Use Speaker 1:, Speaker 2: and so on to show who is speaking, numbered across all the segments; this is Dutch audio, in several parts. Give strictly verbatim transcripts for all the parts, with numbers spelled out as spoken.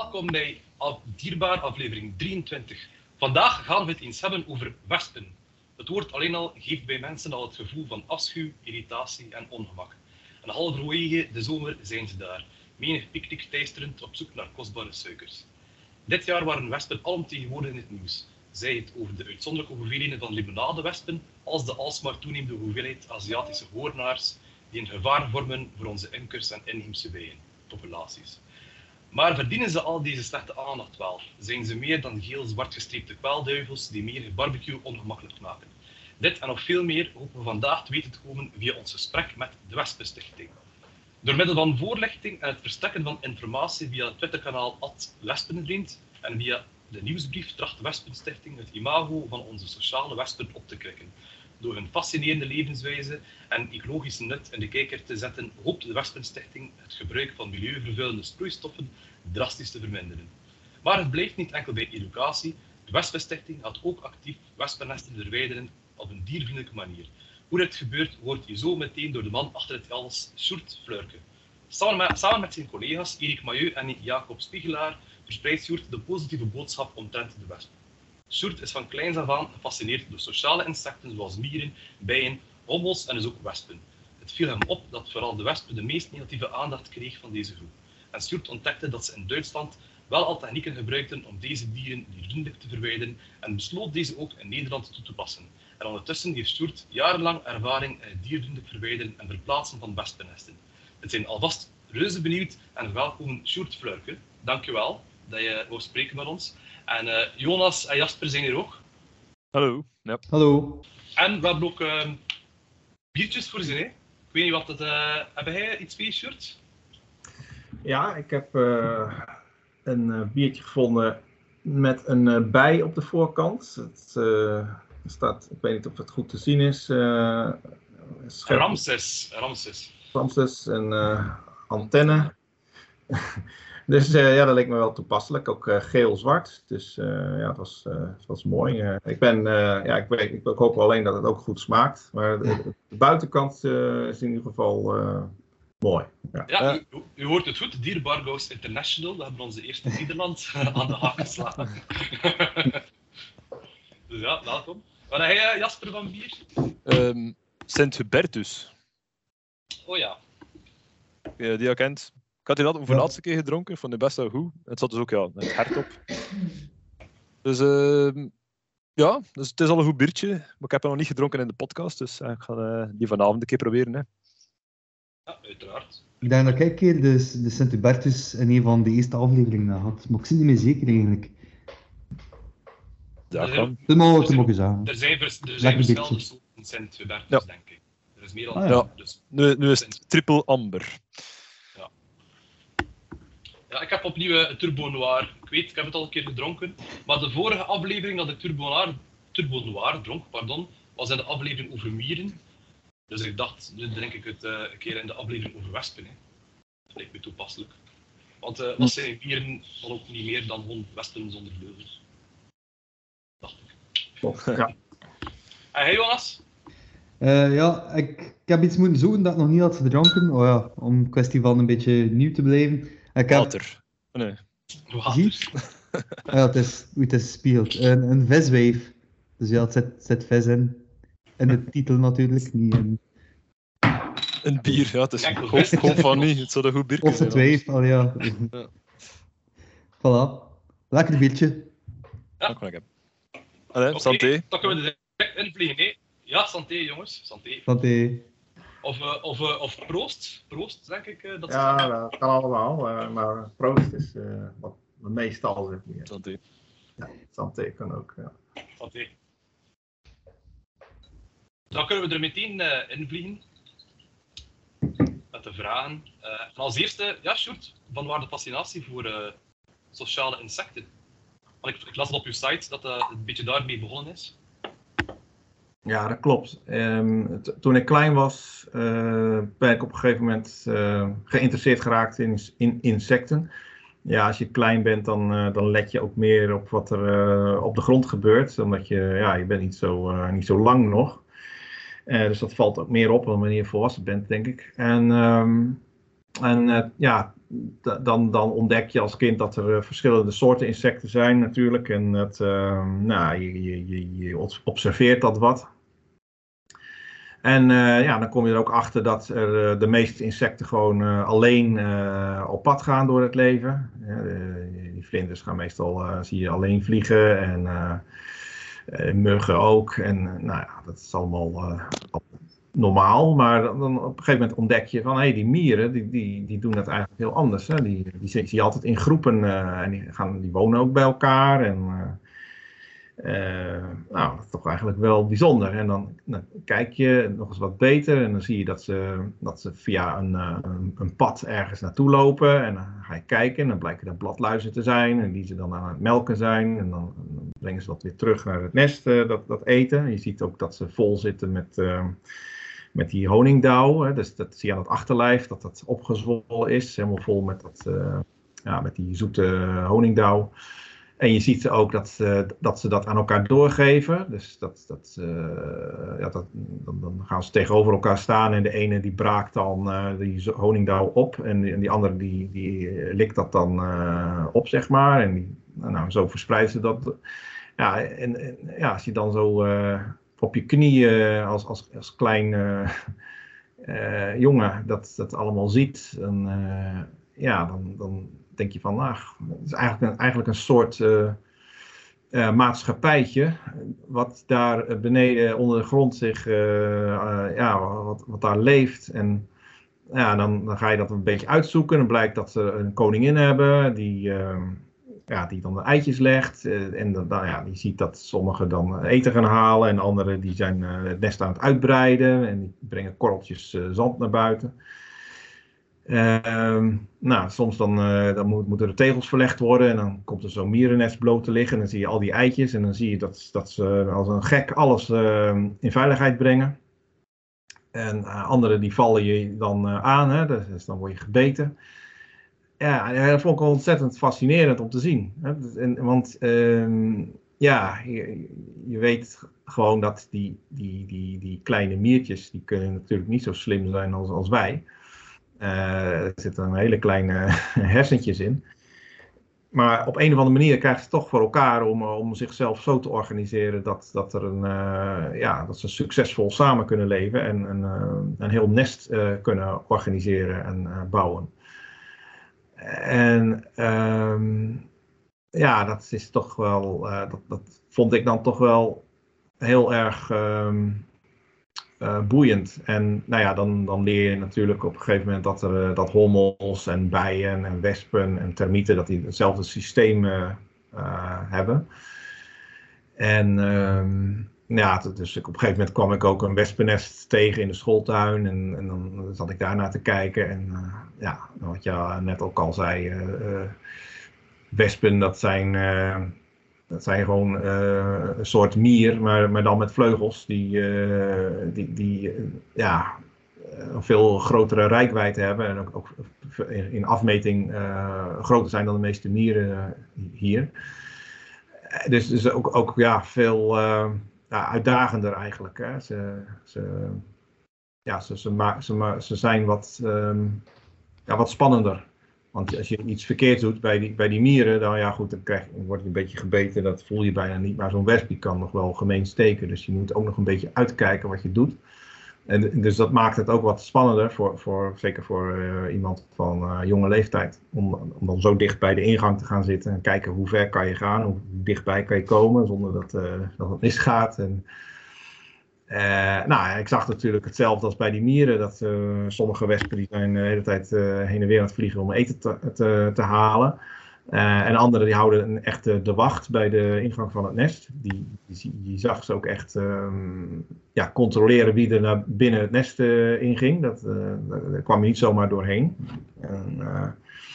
Speaker 1: welkom bij af, Dierbaar aflevering drieëntwintig. Vandaag gaan we het eens hebben over wespen. Het woord alleen al geeft bij mensen al het gevoel van afschuw, irritatie en ongemak. En halverwege de zomer zijn ze daar, menig picknick teisterend op zoek naar kostbare suikers. Dit jaar waren wespen alomtegenwoordig in het nieuws. Zij het over de uitzonderlijke hoeveelheden van limonadewespen, als de alsmaar toenemende hoeveelheid Aziatische hoornaars die een gevaar vormen voor onze imkers en inheemse bijenpopulaties. Maar verdienen ze al deze slechte aandacht wel? Zijn ze meer dan geel-zwart gestreepte kwelduivels die meer barbecue ongemakkelijk maken? Dit en nog veel meer hopen we vandaag te weten te komen via ons gesprek met de Wespenstichting. Door middel van voorlichting en het verstrekken van informatie via het Twitterkanaal at Wespenvriend en via de nieuwsbrief tracht de Wespenstichting het imago van onze sociale wespen op te krikken. Door hun fascinerende levenswijze en ecologische nut in de kijker te zetten, hoopt de Wespenstichting het gebruik van milieuvervuilende sproeistoffen drastisch te verminderen. Maar het blijft niet enkel bij educatie. De Wespenstichting gaat ook actief wespennesten verwijderen op een diervriendelijke manier. Hoe dit gebeurt, hoort je zo meteen door de man achter het alles, Sjoerd Fluirke. Samen met, samen met zijn collega's Erik Mailleu en Jacob Spiegelaar verspreidt Sjoerd de positieve boodschap omtrent de wespen. Sjoerd is van kleins af aan gefascineerd door sociale insecten zoals mieren, bijen, hobbels en dus ook wespen. Het viel hem op dat vooral de wespen de meest negatieve aandacht kreeg van deze groep. En Sjoerd ontdekte dat ze in Duitsland wel al technieken gebruikten om deze dieren diervriendelijk te verwijderen en besloot deze ook in Nederland toe te passen. En ondertussen heeft Sjoerd jarenlang ervaring in het diervriendelijk verwijderen en verplaatsen van wespennesten. Het zijn alvast reuze benieuwd en welkom Sjoerd Fluirke. Dankjewel dat je wou spreken met ons. En uh, Jonas en Jasper zijn hier ook.
Speaker 2: Hallo. Ja.
Speaker 3: Hallo.
Speaker 1: En we hebben ook uh, biertjes voor ze. Hè? Ik weet niet wat het... Uh, heb jij iets mee, Sjoerd?
Speaker 3: Ja, ik heb uh, een uh, biertje gevonden met een uh, bij op de voorkant. Het uh, staat, ik weet niet of het goed te zien is. Uh,
Speaker 1: Ramses. Ramses.
Speaker 3: Ramses en uh, antenne. Dus uh, ja, dat leek me wel toepasselijk. Ook uh, geel-zwart. Dus uh, ja, het was, uh, het was mooi. Uh, ik, ben, uh, ja, ik, weet, ik, ik hoop alleen dat het ook goed smaakt. Maar de, de buitenkant uh, is in ieder geval uh, mooi. Ja,
Speaker 1: ja u, u hoort het goed. Dierbaargous International. We hebben onze eerste Nederland aan de haak geslagen. Dus ja, welkom. Wat heb jij, Jasper, van bier?
Speaker 2: Um, Sint-Hubertus.
Speaker 1: Oh ja.
Speaker 2: Ja, die je kent. Ik had die dat voor de laatste keer gedronken, vond de best wel goed. Het zat dus ook ja, het hert op. Dus uh, ja, dus het is al een goed biertje. Maar ik heb hem nog niet gedronken in de podcast, dus uh, ik ga uh, die vanavond een keer proberen. Hè.
Speaker 1: Ja, uiteraard.
Speaker 4: Ik denk dat ik een keer de, de Sint-Hubertus in een van de eerste afleveringen had, maar ik zie niet meer zeker eigenlijk.
Speaker 2: Ja, kan.
Speaker 4: Dat mag ik mogen zeggen.
Speaker 1: Er zijn, vers, er zijn verschillende soorten Sint-Hubertus, ja. Denk ik. Er is meer dan
Speaker 4: ah, ja.
Speaker 2: Dus nu, nu is het triple amber.
Speaker 1: Ja. Ja, ik heb opnieuw een Turbo Noir. Ik weet, ik heb het al een keer gedronken. Maar de vorige aflevering dat ik Turbo Noir, Turbo Noir dronk, pardon, was in de aflevering over mieren. Dus ik dacht, nu drink ik het uh, een keer in de aflevering over wespen. Hè. Dat lijkt me toepasselijk. Want uh, wat zijn mieren dan ook niet meer dan gewoon wespen zonder vleugels? Dacht ik.
Speaker 3: Ja.
Speaker 1: En hey Jonas?
Speaker 4: Uh, ja, ik, ik heb iets moeten zoeken dat ik nog niet had gedronken. Oh ja, om een kwestie van een beetje nieuw te blijven. Ik heb...
Speaker 2: Water. Oh, nee.
Speaker 1: Water.
Speaker 4: Ah, ja, het is hoe het is gespeeld. Een, een viswijf. Dus ja, het zit, zit vis in. In de titel natuurlijk, niet in...
Speaker 2: Een bier, ja, het is gewoon van niet. Het zou een goed bier zijn.
Speaker 4: Of het wijf, al ja.
Speaker 2: ja.
Speaker 4: Voilà. Lekker biertje.
Speaker 1: Ja.
Speaker 2: Dank je. Allee,
Speaker 1: okay,
Speaker 2: santé.
Speaker 1: Dan kunnen we direct invliegen, hè. Ja, santé jongens, santé.
Speaker 4: Santé.
Speaker 1: Of, uh, of, uh, of proost, proost denk ik. Uh, dat
Speaker 3: ja, dat kan allemaal, uh, maar proost is uh, wat meestal zeg maar.
Speaker 2: Santé.
Speaker 3: Ja, santé kan ook, ja.
Speaker 1: Santé. Dan kunnen we er meteen uh, invliegen. Met de vragen. Uh, en als eerste, ja Sjoerd, van waar de fascinatie voor uh, sociale insecten? Want ik, ik las het op uw site dat uh, het een beetje daarmee begonnen is.
Speaker 3: Ja, dat klopt. Um, t- toen ik klein was, uh, ben ik op een gegeven moment uh, geïnteresseerd geraakt in, in insecten. Ja, als je klein bent, dan, uh, dan let je ook meer op wat er uh, op de grond gebeurt. Omdat je, ja, je bent niet zo, uh, niet zo lang nog. Uh, dus dat valt ook meer op dan wanneer je volwassen bent, denk ik. En um, En uh, ja, d- dan, dan ontdek je als kind dat er uh, verschillende soorten insecten zijn natuurlijk. En dat, uh, nou, je, je, je, je observeert dat wat. En uh, ja, dan kom je er ook achter dat er, uh, de meeste insecten gewoon uh, alleen uh, op pad gaan door het leven. Ja, de, die vlinders gaan meestal, uh, zie je alleen vliegen en uh, uh, muggen ook. En uh, nou ja, dat is allemaal uh, normaal. Maar dan, dan op een gegeven moment ontdek je van, hé, hey, die mieren, die, die, die doen dat eigenlijk heel anders. Hè? Die, die zie je altijd in groepen uh, en die, gaan, die wonen ook bij elkaar. En, uh, Uh, nou, dat is toch eigenlijk wel bijzonder. En dan, dan kijk je nog eens wat beter en dan zie je dat ze, dat ze via een, uh, een, een pad ergens naartoe lopen. En dan ga je kijken en dan blijken er bladluizen te zijn en die ze dan aan het melken zijn. En dan, dan brengen ze dat weer terug naar het nest, uh, dat, dat eten. Je ziet ook dat ze vol zitten met, uh, met die honingdauw. Hè. Dus dat zie je aan het achterlijf, dat dat opgezwollen is. Helemaal vol met, dat, uh, ja, met die zoete honingdauw. En je ziet ook dat, uh, dat ze dat aan elkaar doorgeven. Dus dat, dat, uh, ja, dat, dan, dan gaan ze tegenover elkaar staan en de ene die braakt dan uh, die honingdauw op en die, en die andere die, die likt dat dan uh, op, zeg maar. En die, nou, zo verspreiden ze dat. Ja, en, en ja, als je dan zo uh, op je knieën als, als, als klein uh, uh, jongen dat, dat allemaal ziet, dan, uh, ja, dan, dan denk je van, nou, het is eigenlijk een, eigenlijk een soort uh, uh, maatschappijtje, wat daar beneden onder de grond zich, uh, uh, ja, wat, wat daar leeft. En ja, dan, dan ga je dat een beetje uitzoeken. Dan blijkt dat ze een koningin hebben, die, uh, ja, die dan de eitjes legt. Uh, en dan, dan, ja, je ziet dat sommigen dan eten gaan halen en anderen die zijn uh, het nest aan het uitbreiden. En die brengen korreltjes uh, zand naar buiten. Uh, nou, soms dan, uh, dan moet, moeten er tegels verlegd worden en dan komt er zo'n mierennest bloot te liggen en dan zie je al die eitjes en dan zie je dat, dat ze als een gek alles uh, in veiligheid brengen. En uh, anderen die vallen je dan uh, aan, hè, dus dan word je gebeten. Ja, dat vond ik wel ontzettend fascinerend om te zien. Hè? En, want uh, ja, je, je weet gewoon dat die, die, die, die kleine miertjes, die kunnen natuurlijk niet zo slim zijn als, als wij. Uh, er zitten een hele kleine hersentjes in. Maar op een of andere manier krijgen ze toch voor elkaar om, om zichzelf zo te organiseren dat, dat, er een, uh, ja, dat ze succesvol samen kunnen leven en een, uh, een heel nest uh, kunnen organiseren en uh, bouwen. En um, ja, dat is toch wel, uh, dat, dat vond ik dan toch wel heel erg um, Uh, boeiend. En nou ja, dan, dan leer je natuurlijk op een gegeven moment dat er uh, dat hommels en bijen en wespen en termieten, dat die hetzelfde systeem uh, uh, hebben. En um, ja, dus op een gegeven moment kwam ik ook een wespennest tegen in de schooltuin en, en dan zat ik daar naar te kijken. En uh, ja, wat je net ook al zei, uh, uh, wespen, dat zijn... Uh, Dat zijn gewoon uh, een soort mier, maar, maar dan met vleugels, die, uh, die, die uh, ja, een veel grotere reikwijdte hebben en ook, ook in afmeting uh, groter zijn dan de meeste mieren uh, hier. Dus, dus ook, ook ja, veel uh, ja, uitdagender eigenlijk. Hè. Ze, ze, ja, ze, ze, ma- ze, ma- ze zijn wat, um, ja, wat spannender. Want als je iets verkeerd doet bij die, bij die mieren, dan, ja, goed, dan, krijg, dan word je een beetje gebeten, dat voel je bijna niet. Maar zo'n wesp die kan nog wel gemeen steken, dus je moet ook nog een beetje uitkijken wat je doet. En dus dat maakt het ook wat spannender, voor, voor, zeker voor uh, iemand van uh, jonge leeftijd. Om, om dan zo dicht bij de ingang te gaan zitten en kijken hoe ver kan je gaan, hoe dichtbij kan je komen zonder dat, uh, dat het misgaat. En, Uh, nou, ik zag natuurlijk hetzelfde als bij die mieren, dat uh, sommige wespen die zijn de hele tijd uh, heen en weer aan het vliegen om eten te, te, te halen. Uh, en anderen die houden een echte de wacht bij de ingang van het nest. Die, die, die zag ze ook echt um, ja, controleren wie er naar binnen het nest uh, inging. Dat, uh, daar kwam je niet zomaar doorheen. En, uh,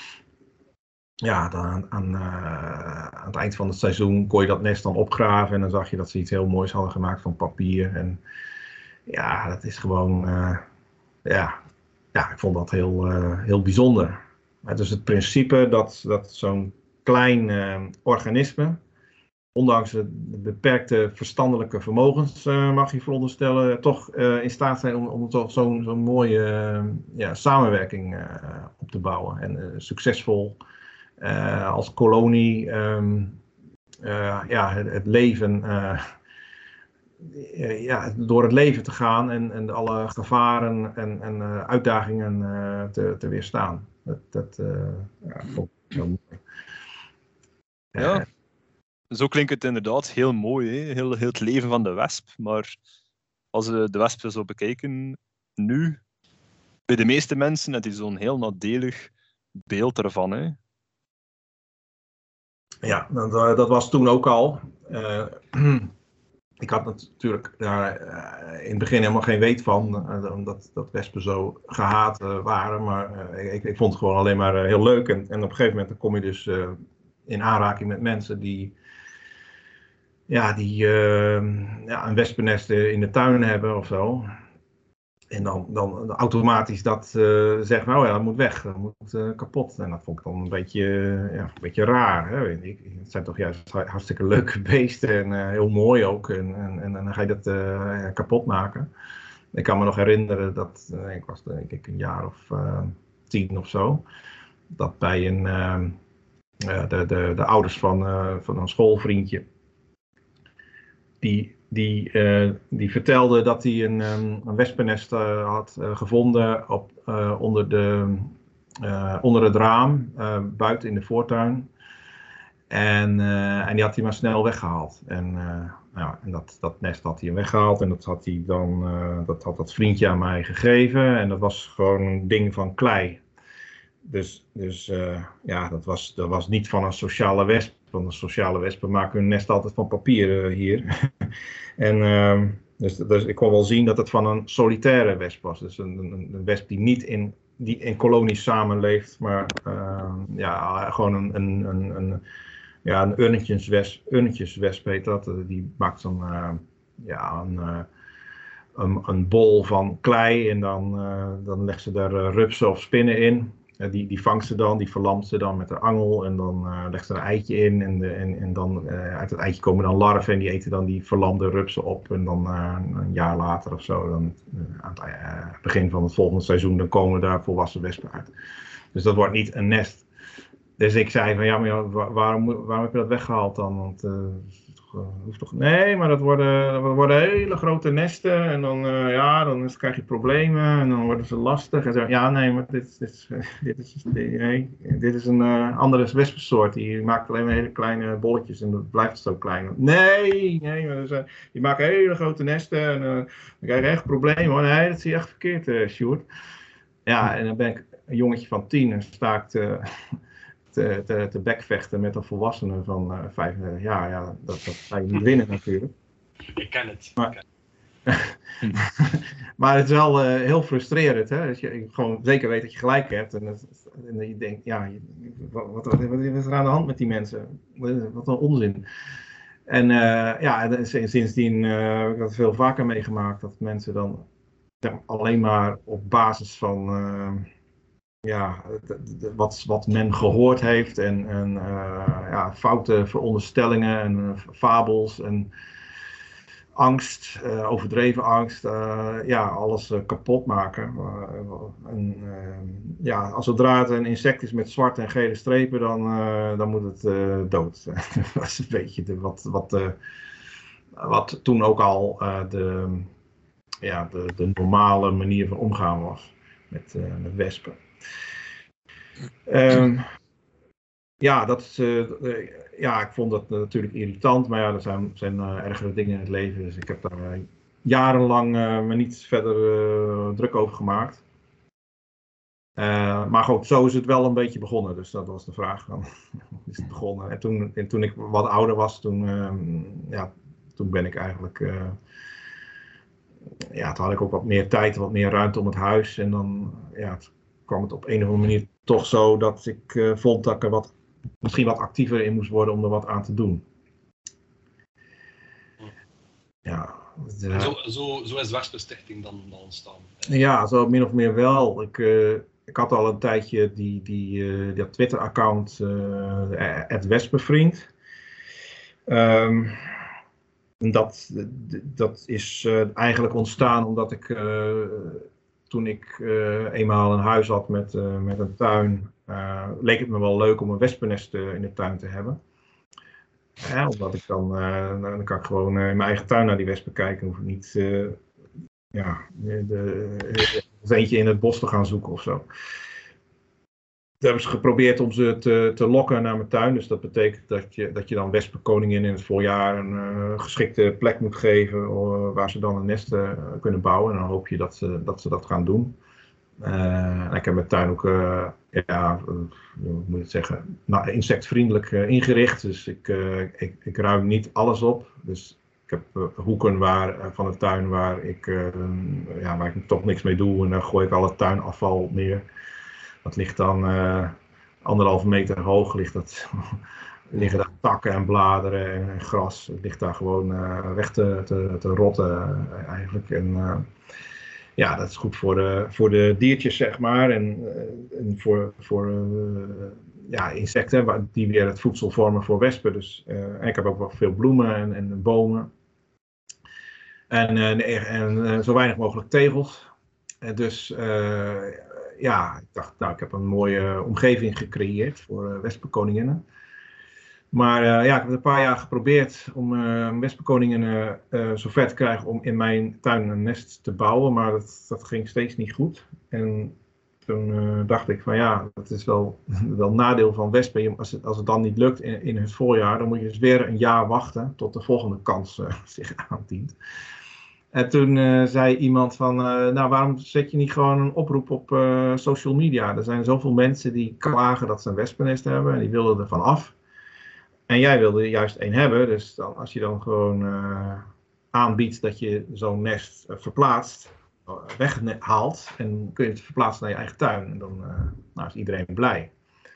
Speaker 3: ja, dan aan, uh, aan het eind van het seizoen kon je dat nest dan opgraven en dan zag je dat ze iets heel moois hadden gemaakt van papier. En ja, dat is gewoon, uh, ja, ja, ik vond dat heel, uh, heel bijzonder. Maar dus het principe dat, dat zo'n klein uh, organisme ondanks de beperkte verstandelijke vermogens, uh, mag je veronderstellen, toch uh, in staat zijn om, om toch zo'n zo'n mooie uh, ja, samenwerking uh, op te bouwen. En uh, succesvol uh, als kolonie um, uh, ja, het, het leven, uh, ja, door het leven te gaan en, en alle gevaren en, en uh, uitdagingen uh, te, te weerstaan. Dat, dat uh, ja, vond ik heel mooi.
Speaker 2: Ja. Zo klinkt het inderdaad heel mooi, hè? Heel, heel het leven van de wesp. Maar als we de wesp zo bekijken, nu, bij de meeste mensen, heeft hij zo'n heel nadelig beeld ervan. Hè?
Speaker 3: Ja, dat, dat was toen ook al. Uh, ik had natuurlijk daar uh, in het begin helemaal geen weet van, uh, omdat dat wespen zo gehaat uh, waren. Maar uh, ik, ik vond het gewoon alleen maar uh, heel leuk. En, en op een gegeven moment dan kom je dus uh, in aanraking met mensen die... Ja, die uh, ja, een wespennest in de tuin hebben of zo. En dan, dan automatisch dat uh, zegt, nou ja, dat moet weg, dat moet uh, kapot. En dat vond ik dan een beetje, uh, ja, een beetje raar. Hè? Ik, het zijn toch juist hartstikke leuke beesten en uh, heel mooi ook. En, en, en dan ga je dat uh, kapot maken. Ik kan me nog herinneren dat, uh, ik was denk ik een jaar of uh, tien of zo. Dat bij een, uh, uh, de, de, de ouders van, uh, van een schoolvriendje. Die, die, uh, die vertelde dat hij een, um, een wespennest uh, had uh, gevonden op, uh, onder, de, uh, onder het raam, uh, buiten in de voortuin. En, uh, en die had hij maar snel weggehaald. En, uh, nou, en dat, dat nest had hij weggehaald en dat had, hij dan, uh, dat had dat vriendje aan mij gegeven. En dat was gewoon een ding van klei. Dus, dus uh, ja, dat was, dat was niet van een sociale wesp. Want de sociale wespen maken hun nest altijd van papier uh, hier. en, uh, dus, dus ik kon wel zien dat het van een solitaire wesp was. Dus een, een, een wesp die niet in, die in kolonies samenleeft, maar uh, ja, gewoon een, een, een, een, ja, een urnetjeswesp, urnetjeswesp heet dat. Die maakt zo'n uh, ja, een, uh, een, een bol van klei en dan, uh, dan legt ze daar uh, rupsen of spinnen in. Uh, die, die vangt ze dan, die verlamt ze dan met de angel en dan uh, legt ze er een eitje in en, de, en, en dan uh, uit het eitje komen dan larven en die eten dan die verlamde rupsen op en dan uh, een jaar later of zo, dan, uh, aan het uh, begin van het volgende seizoen, dan komen daar volwassen wespen uit. Dus dat wordt niet een nest. Dus ik zei van ja, maar ja, waarom, waarom heb je dat weggehaald dan? Want uh, uh, hoeft toch... Nee, maar dat worden, dat worden hele grote nesten en dan, uh, ja, dan krijg je problemen en dan worden ze lastig. En zo, ja, nee, maar dit, dit, is, dit, is, nee, dit is een uh, andere wespensoort. Die maakt alleen maar hele kleine bolletjes en dat blijft zo klein. Nee, nee, maar dus, uh, die maken hele grote nesten en uh, dan krijg je echt problemen. Hoor. Nee, dat zie je echt verkeerd, uh, Sjoerd. Ja, en dan ben ik een jongetje van tien en sta ik te... Te, te, te bekvechten met een volwassene van uh, vijfendertig jaar. Ja, dat, dat ga je niet winnen natuurlijk.
Speaker 1: Ik ken het.
Speaker 3: Maar, maar het is wel uh, heel frustrerend. Hè? Dat je gewoon zeker weet dat je gelijk hebt. En, dat, en je denkt, ja, je, wat, wat, wat is er aan de hand met die mensen? Wat een onzin. En uh, ja, en sindsdien uh, heb ik dat veel vaker meegemaakt. Dat mensen dan alleen maar op basis van... Uh, Ja, de, de, wat, wat men gehoord heeft en, en uh, ja, foute veronderstellingen en uh, fabels en angst, uh, overdreven angst, uh, ja, alles uh, kapot maken. Uh, en, uh, ja, als zodra het een insect is met zwarte en gele strepen, dan, uh, dan moet het uh, dood. Dat is een beetje de, wat, wat, uh, wat toen ook al uh, de, ja, de, de normale manier van omgaan was met, uh, met wespen. Um, ja, dat is, uh, uh, ja, ik vond dat natuurlijk irritant, maar ja, er zijn, zijn uh, ergere dingen in het leven, dus ik heb daar uh, jarenlang uh, me niet verder uh, druk over gemaakt. Uh, maar goed, zo is het wel een beetje begonnen, dus dat was de vraag. Dan is het begonnen. En toen, en toen ik wat ouder was, toen, uh, ja, toen ben ik eigenlijk, uh, ja, toen had ik ook wat meer tijd, wat meer ruimte om het huis en dan, ja, het, kwam het op een of andere manier toch zo dat ik uh, vond dat ik er wat, misschien wat actiever in moest worden om er wat aan te doen. Ja,
Speaker 1: uh, zo, zo, zo is Wespenstichting dan ontstaan.
Speaker 3: Ja, zo min of meer wel. Ik, uh, ik had al een tijdje die, die, uh, dat Twitter-account uh, @wespenvriend. Um, dat, dat is uh, eigenlijk ontstaan omdat ik, uh, toen ik uh, eenmaal een huis had met, uh, met een tuin, uh, leek het me wel leuk om een wespennest uh, in de tuin te hebben. Ja, omdat ik dan, uh, dan kan ik gewoon uh, in mijn eigen tuin naar die wespen kijken. Hoef ik niet uh, ja, de, de, een eentje in het bos te gaan zoeken of zo. Toen hebben ze geprobeerd om ze te, te lokken naar mijn tuin. Dus dat betekent dat je, dat je dan wespenkoningin in het voorjaar een uh, geschikte plek moet geven uh, waar ze dan een nest uh, kunnen bouwen. En dan hoop je dat ze dat, ze dat gaan doen. Uh, ik heb mijn tuin ook, uh, ja, uh, hoe moet je het zeggen, nou, insectvriendelijk uh, ingericht. Dus ik, uh, ik, ik ruim niet alles op. Dus ik heb uh, hoeken waar, uh, van de tuin waar ik, uh, ja, waar ik toch niks mee doe. En dan gooi ik al het tuinafval neer. Dat ligt dan uh, anderhalve meter hoog. Ligt dat, liggen daar takken en bladeren en, en gras. Het ligt daar gewoon uh, weg te, te, te rotten uh, eigenlijk. En, uh, ja, dat is goed voor de, voor de diertjes, zeg maar. En, uh, en voor, voor uh, ja, insecten die weer het voedsel vormen voor wespen. Dus, uh, en ik heb ook wel veel bloemen en, en bomen. En, uh, en uh, zo weinig mogelijk tegels. En dus... Uh, Ja, ik dacht, nou, ik heb een mooie omgeving gecreëerd voor uh, wespenkoninginnen. Maar uh, ja, ik heb een paar jaar geprobeerd om uh, wespenkoninginnen uh, zover te krijgen om in mijn tuin een nest te bouwen. Maar dat, dat ging steeds niet goed. En toen uh, dacht ik van ja, dat is wel, wel een nadeel van wespen. Als het, als het dan niet lukt in, in het voorjaar, dan moet je dus weer een jaar wachten tot de volgende kans uh, zich aandient. En toen uh, zei iemand van, uh, nou waarom zet je niet gewoon een oproep op uh, social media? Er zijn zoveel mensen die klagen dat ze een wespennest hebben en die willen er van af. En jij wilde er juist één hebben, dus dan, als je dan gewoon uh, aanbiedt dat je zo'n nest uh, verplaatst, uh, weghaalt en kun je het verplaatsen naar je eigen tuin. En dan uh, nou, is iedereen blij.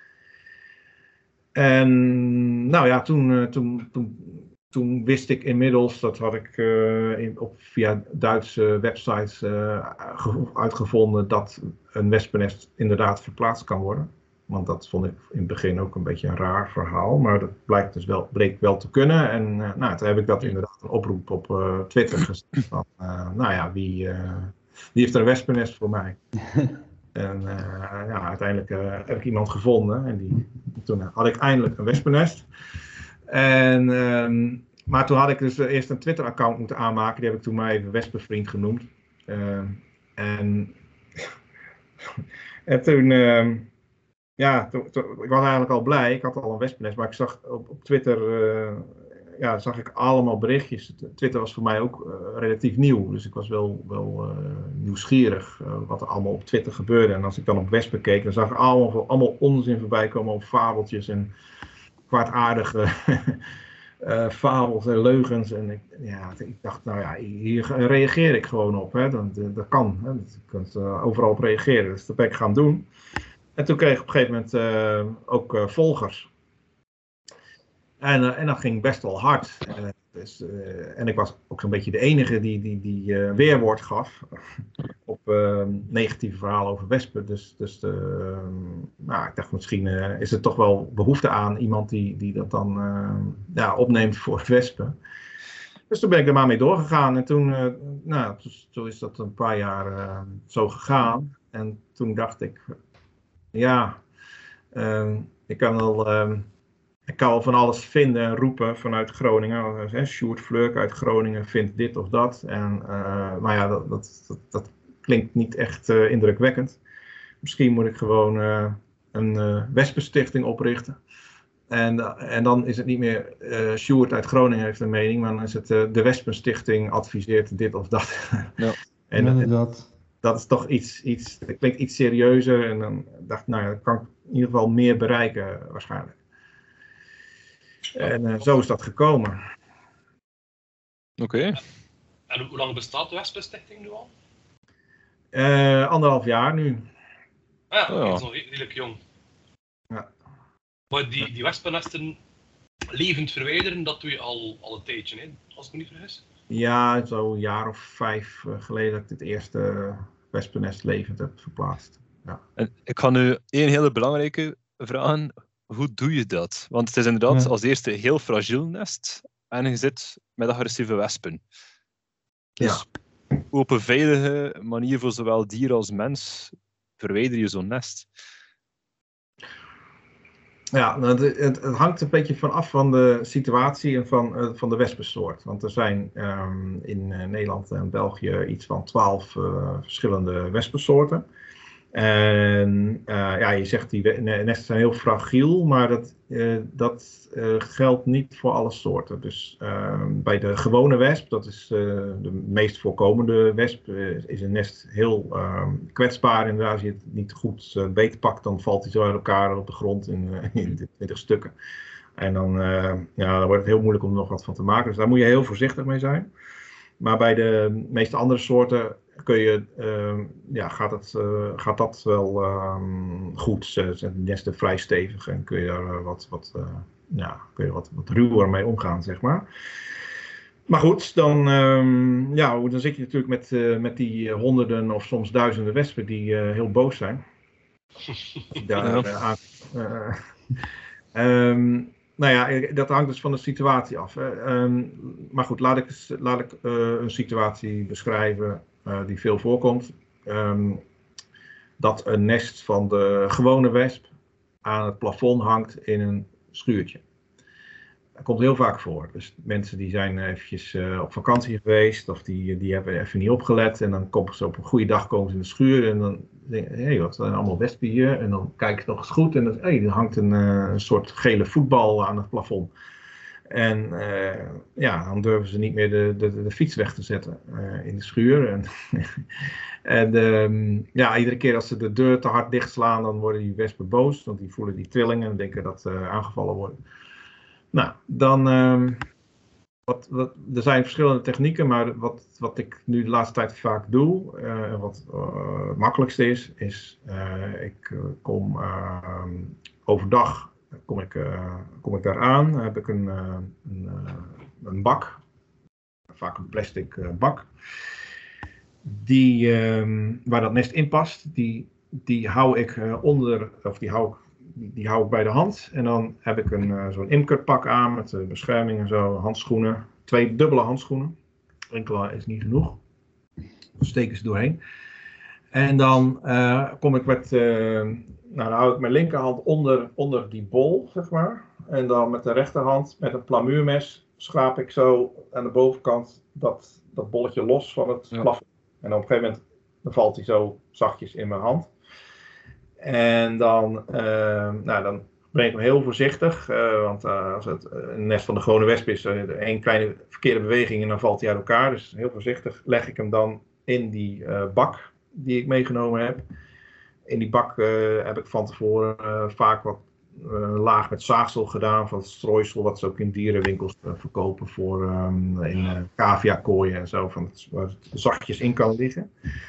Speaker 3: En nou ja, toen... Uh, toen, toen Toen wist ik inmiddels, dat had ik uh, in, op, via Duitse websites uh, uitgevonden, dat een wespennest inderdaad verplaatst kan worden. Want dat vond ik in het begin ook een beetje een raar verhaal, maar dat blijkt dus wel, bleek wel te kunnen. En uh, nou, toen heb ik dat inderdaad een oproep op uh, Twitter gezet van, uh, nou ja, wie, uh, wie heeft er een wespennest voor mij? En uh, ja, uiteindelijk uh, heb ik iemand gevonden en die, toen had ik eindelijk een wespennest. En, um, maar toen had ik dus eerst een Twitter-account moeten aanmaken. Die heb ik toen maar even Wespenvriend genoemd. Uh, en, en toen, uh, ja, to, to, ik was eigenlijk al blij. Ik had al een wespennest, maar ik zag op, op Twitter, uh, ja, zag ik allemaal berichtjes. Twitter was voor mij ook uh, relatief nieuw. Dus ik was wel, wel uh, nieuwsgierig uh, wat er allemaal op Twitter gebeurde. En als ik dan op Wespen keek, dan zag ik allemaal, allemaal onzin voorbij komen op fabeltjes en kwaadaardige uh, fabels en leugens. En ik, ja, ik dacht, nou ja, hier reageer ik gewoon op. Hè. Dat, dat kan. Hè. Je kunt uh, overal op reageren. Dus dat ben ik gaan doen. En toen kreeg ik op een gegeven moment uh, ook uh, volgers. En, uh, en dat ging best wel hard. Uh, dus, uh, en ik was ook zo'n beetje de enige die, die, die uh, weerwoord gaf op uh, negatieve verhalen over wespen. Dus, dus uh, nou, ik dacht misschien uh, is er toch wel behoefte aan iemand die, die dat dan uh, ja, opneemt voor wespen. Dus toen ben ik er maar mee doorgegaan. En toen, uh, nou, zo is dat een paar jaar uh, zo gegaan. En toen dacht ik, ja, uh, ik kan wel... Uh, Ik kan wel van alles vinden en roepen vanuit Groningen. Hè, Sjoerd Fleurk uit Groningen vindt dit of dat. En, uh, maar ja, dat, dat, dat, dat klinkt niet echt uh, indrukwekkend. Misschien moet ik gewoon uh, een uh, wespenstichting oprichten. En, uh, en dan is het niet meer uh, Sjoerd uit Groningen heeft een mening. Maar dan is het uh, de Wespenstichting adviseert dit of dat.
Speaker 4: Ja,
Speaker 3: en,
Speaker 4: inderdaad.
Speaker 3: Dat is toch iets, iets, dat klinkt iets serieuzer. En dan dacht ik, nou ja, dan kan ik in ieder geval meer bereiken waarschijnlijk. En uh, zo is dat gekomen.
Speaker 2: Oké. Okay.
Speaker 1: En hoe lang bestaat de Wespenstichting nu al?
Speaker 3: Uh, anderhalf jaar nu.
Speaker 1: Ah ja,
Speaker 2: oh.
Speaker 1: dat is nog redelijk jong.
Speaker 3: Ja.
Speaker 1: Maar die, die wespennesten levend verwijderen, dat doe je al, al een tijdje, hè? Als ik me niet vergis.
Speaker 3: Ja, zo een jaar of vijf geleden dat ik het eerste wespennest levend heb verplaatst. Ja.
Speaker 2: En ik ga nu één hele belangrijke vraag. hoe doe je dat? Want het is inderdaad
Speaker 4: Ja.
Speaker 2: als eerste een heel fragiel nest en je zit met agressieve wespen. Dus hoe op een veilige manier voor zowel dier als mens verwijder je zo'n nest?
Speaker 3: Ja, nou, het, het, het hangt een beetje van af van de situatie en van, uh, van de wespensoort. Want er zijn um, in uh, Nederland en België iets van twaalf uh, verschillende wespensoorten. En uh, ja, je zegt die nesten zijn heel fragiel, maar dat, uh, dat uh, geldt niet voor alle soorten. Dus uh, bij de gewone wesp, dat is uh, de meest voorkomende wesp, uh, is een nest heel uh, kwetsbaar. En als je het niet goed uh, beetpakt, dan valt hij zo uit elkaar op de grond in, uh, in twintig stukken. En dan, uh, ja, dan wordt het heel moeilijk om er nog wat van te maken. Dus daar moet je heel voorzichtig mee zijn. Maar bij de meeste andere soorten kun je, uh, ja, gaat, het, uh, gaat dat wel um, goed. Ze zijn de nesten vrij stevig en kun je daar uh, wat, wat, uh, ja, kun je wat, wat ruwer mee omgaan, zeg maar. Maar goed, dan, um, ja, dan zit je natuurlijk met, uh, met die honderden of soms duizenden wespen die uh, heel boos zijn. Daar,
Speaker 2: Ja.
Speaker 3: uh, aan, uh, um, Nou ja, dat hangt dus van de situatie af. Hè. Um, maar goed, laat ik, laat ik uh, een situatie beschrijven uh, die veel voorkomt. Um, dat een nest van de gewone wesp aan het plafond hangt in een schuurtje. Dat komt heel vaak voor. Dus mensen die zijn eventjes uh, op vakantie geweest of die, die hebben even niet opgelet. En dan komen ze op een goede dag komen ze in de schuur en dan denken hé, hey, wat zijn allemaal wespen hier? En dan kijk ik nog eens goed en dan hey, er hangt een, uh, een soort gele voetbal aan het plafond. En uh, ja, dan durven ze niet meer de, de, de fiets weg te zetten uh, in de schuur. En, en um, ja, iedere keer als ze de deur te hard dichtslaan, dan worden die wespen boos. Want die voelen die trillingen en denken dat ze uh, aangevallen worden. Nou, dan, um, wat, wat, er zijn verschillende technieken, maar wat, wat ik nu de laatste tijd vaak doe, en uh, wat uh, het makkelijkste is, is uh, ik uh, kom uh, overdag kom ik, uh, kom ik daar aan, dan heb ik een, uh, een, uh, een bak, vaak een plastic uh, bak, die, um, waar dat nest in past, die, die hou ik uh, onder, of die hou ik Die hou ik bij de hand en dan heb ik een, uh, zo'n imkerpak aan met uh, bescherming en zo, handschoenen, twee dubbele handschoenen. Enkele is niet genoeg. Dan steken ze doorheen. En dan uh, kom ik met, uh, nou dan hou ik mijn linkerhand onder, onder die bol, zeg maar. En dan met de rechterhand, met een plamuurmes, schraap ik zo aan de bovenkant dat, dat bolletje los van het
Speaker 2: ja.
Speaker 3: plafond. En dan op een gegeven moment dan valt hij zo zachtjes in mijn hand. En dan, uh, nou, dan ben ik hem heel voorzichtig, uh, want uh, als het een nest van de gewone wesp is, uh, één kleine verkeerde beweging en dan valt hij uit elkaar. Dus heel voorzichtig leg ik hem dan in die uh, bak die ik meegenomen heb. In die bak uh, heb ik van tevoren uh, vaak wat uh, laag met zaagsel gedaan, van het strooisel wat ze ook in dierenwinkels uh, verkopen voor um, in uh, cavia-kooien en zo, van het, waar het zachtjes in kan liggen.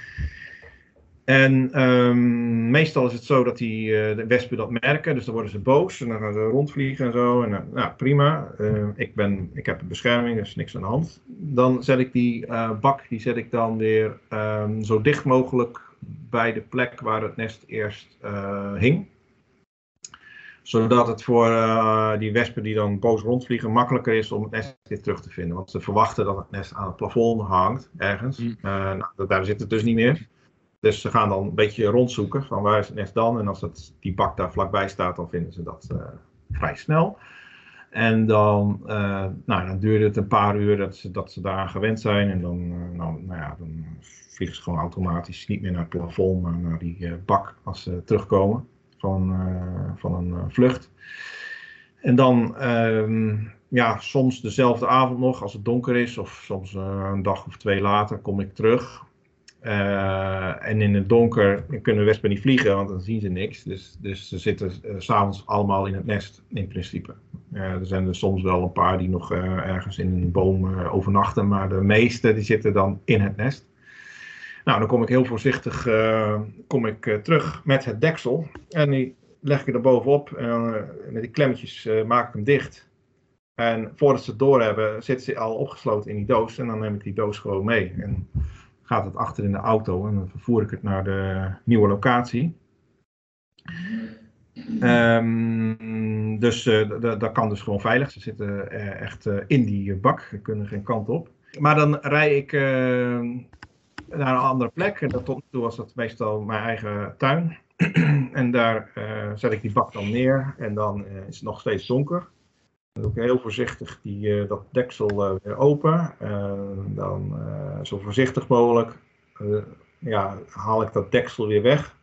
Speaker 3: En um, meestal is het zo dat die, uh, de wespen dat merken, dus dan worden ze boos en dan gaan ze rondvliegen en zo. En, uh, nou, prima, uh, ik, ben, ik heb een bescherming, dus niks aan de hand. Dan zet ik die uh, bak, die zet ik dan weer um, zo dicht mogelijk bij de plek waar het nest eerst uh, hing. Zodat het voor uh, die wespen die dan boos rondvliegen makkelijker is om het nest weer terug te vinden. Want ze verwachten dat het nest aan het plafond hangt, ergens. Uh, nou, daar zit het dus niet meer. Dus ze gaan dan een beetje rondzoeken van waar is het nest dan. En als het, die bak daar vlakbij staat, dan vinden ze dat uh, vrij snel. En dan, uh, nou, dan duurt het een paar uur dat ze, dat ze daaraan gewend zijn. En dan, uh, nou, nou ja, dan vliegen ze gewoon automatisch niet meer naar het plafond, maar naar die uh, bak als ze terugkomen van, uh, van een uh, vlucht. En dan, uh, ja, soms dezelfde avond nog als het donker is, of soms uh, een dag of twee later kom ik terug. Uh, en in het donker kunnen wespen niet vliegen, want dan zien ze niks. Dus, dus ze zitten uh, 's avonds allemaal in het nest, in principe. Uh, er zijn er soms wel een paar die nog uh, ergens in een boom uh, overnachten, maar de meeste die zitten dan in het nest. Nou, dan kom ik heel voorzichtig uh, kom ik, uh, terug met het deksel. En die leg ik er bovenop. En dan, uh, met die klemmetjes uh, maak ik hem dicht. En voordat ze het doorhebben, zitten ze al opgesloten in die doos. En dan neem ik die doos gewoon mee. En gaat het achter in de auto en dan vervoer ik het naar de nieuwe locatie. Um, dus uh, dat kan dus gewoon veilig. Ze zitten uh, echt uh, in die bak. Ze kunnen geen kant op. Maar dan rij ik uh, naar een andere plek. En tot nu toe was dat meestal mijn eigen tuin. En daar uh, zet ik die bak dan neer. En dan uh, is het nog steeds donker. Dan doe ik heel voorzichtig die, uh, dat deksel uh, weer open. Uh, dan uh, zo voorzichtig mogelijk uh, ja, haal ik dat deksel weer weg.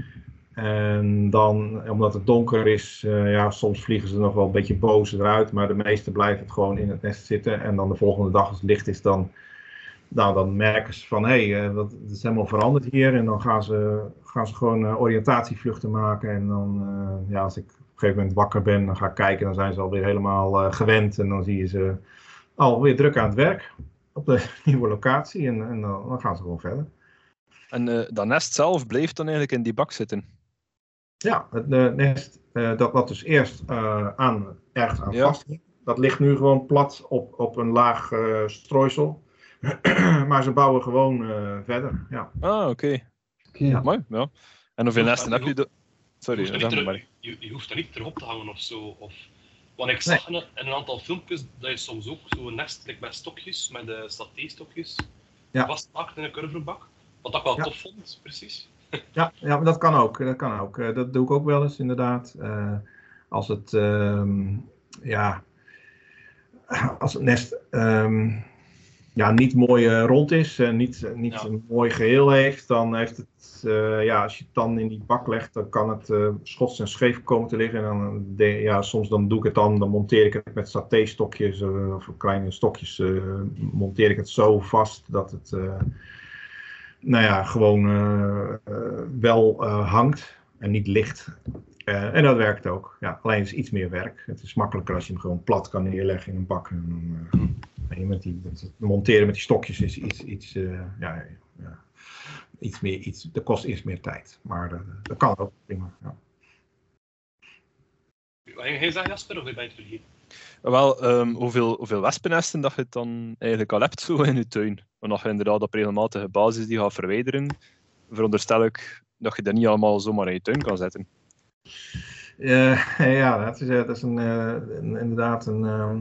Speaker 3: En dan, omdat het donker is, uh, ja, soms vliegen ze nog wel een beetje boos eruit. Maar de meeste blijven het gewoon in het nest zitten. En dan de volgende dag als het licht is, dan, nou, dan merken ze van hé, hey, uh, dat is helemaal veranderd hier. En dan gaan ze, gaan ze gewoon uh, oriëntatievluchten maken. En dan, uh, ja, als ik op een gegeven moment wakker ben, dan ga ik kijken. Dan zijn ze alweer helemaal uh, gewend. En dan zie je ze alweer druk aan het werk op de nieuwe locatie. En, en dan, dan gaan ze gewoon verder.
Speaker 2: En uh, dat nest zelf bleef dan eigenlijk in die bak zitten?
Speaker 3: Ja, het uh, nest uh, dat wat dus eerst uh, aan, ergens aan
Speaker 2: ja.
Speaker 3: vast hing, dat ligt nu gewoon plat op, op een laag uh, strooisel. Maar ze bouwen gewoon uh, verder. Ja.
Speaker 2: Ah, oké. Okay.
Speaker 4: Okay.
Speaker 2: Ja. Mooi, ja. En hoeveel nesten heb je? De... Sorry,
Speaker 1: je,
Speaker 2: zeg
Speaker 1: er,
Speaker 2: maar.
Speaker 1: Je, je hoeft er niet erop te hangen of zo. Of... Want ik zag nee. in, in een aantal filmpjes dat je soms ook zo'n nest like met stokjes, met de saté-stokjes, ja. vastmaakt in een curverbak. Wat ik wel ja. tof vond, precies.
Speaker 3: Ja, ja, maar dat kan ook. Dat kan ook. Uh, dat doe ik ook wel eens, inderdaad. Uh, als het, um, ja, als het nest um, ja, niet mooi uh, rond is en niet, uh, niet ja. een mooi geheel heeft, dan heeft het, uh, ja, als je het dan in die bak legt, dan kan het uh, schots en scheef komen te liggen. En dan, de, ja, soms dan doe ik het dan, dan monteer ik het met saté-stokjes uh, of kleine stokjes, uh, monteer ik het zo vast dat het... Uh, nou ja, gewoon uh, uh, wel uh, hangt en niet ligt. Uh, en dat werkt ook. Ja, alleen is het iets meer werk. Het is makkelijker als je hem gewoon plat kan neerleggen in een bak. En dan, uh, en met die, het monteren met die stokjes is iets, iets, uh, ja, ja, iets meer, iets, dat kost eerst meer tijd. Maar uh, dat kan ook prima. Ja.
Speaker 1: Wat ging je zeggen, Jasper, of ben je het vergeten?
Speaker 2: Wel, um, hoeveel, hoeveel wespennesten dat je het dan eigenlijk al hebt zo in je tuin? Want als je inderdaad op regelmatige basis die gaat verwijderen, veronderstel ik dat je dat niet allemaal zomaar in je tuin kan zetten.
Speaker 3: Uh, ja, dat is, dat is een, uh, een, inderdaad een, uh,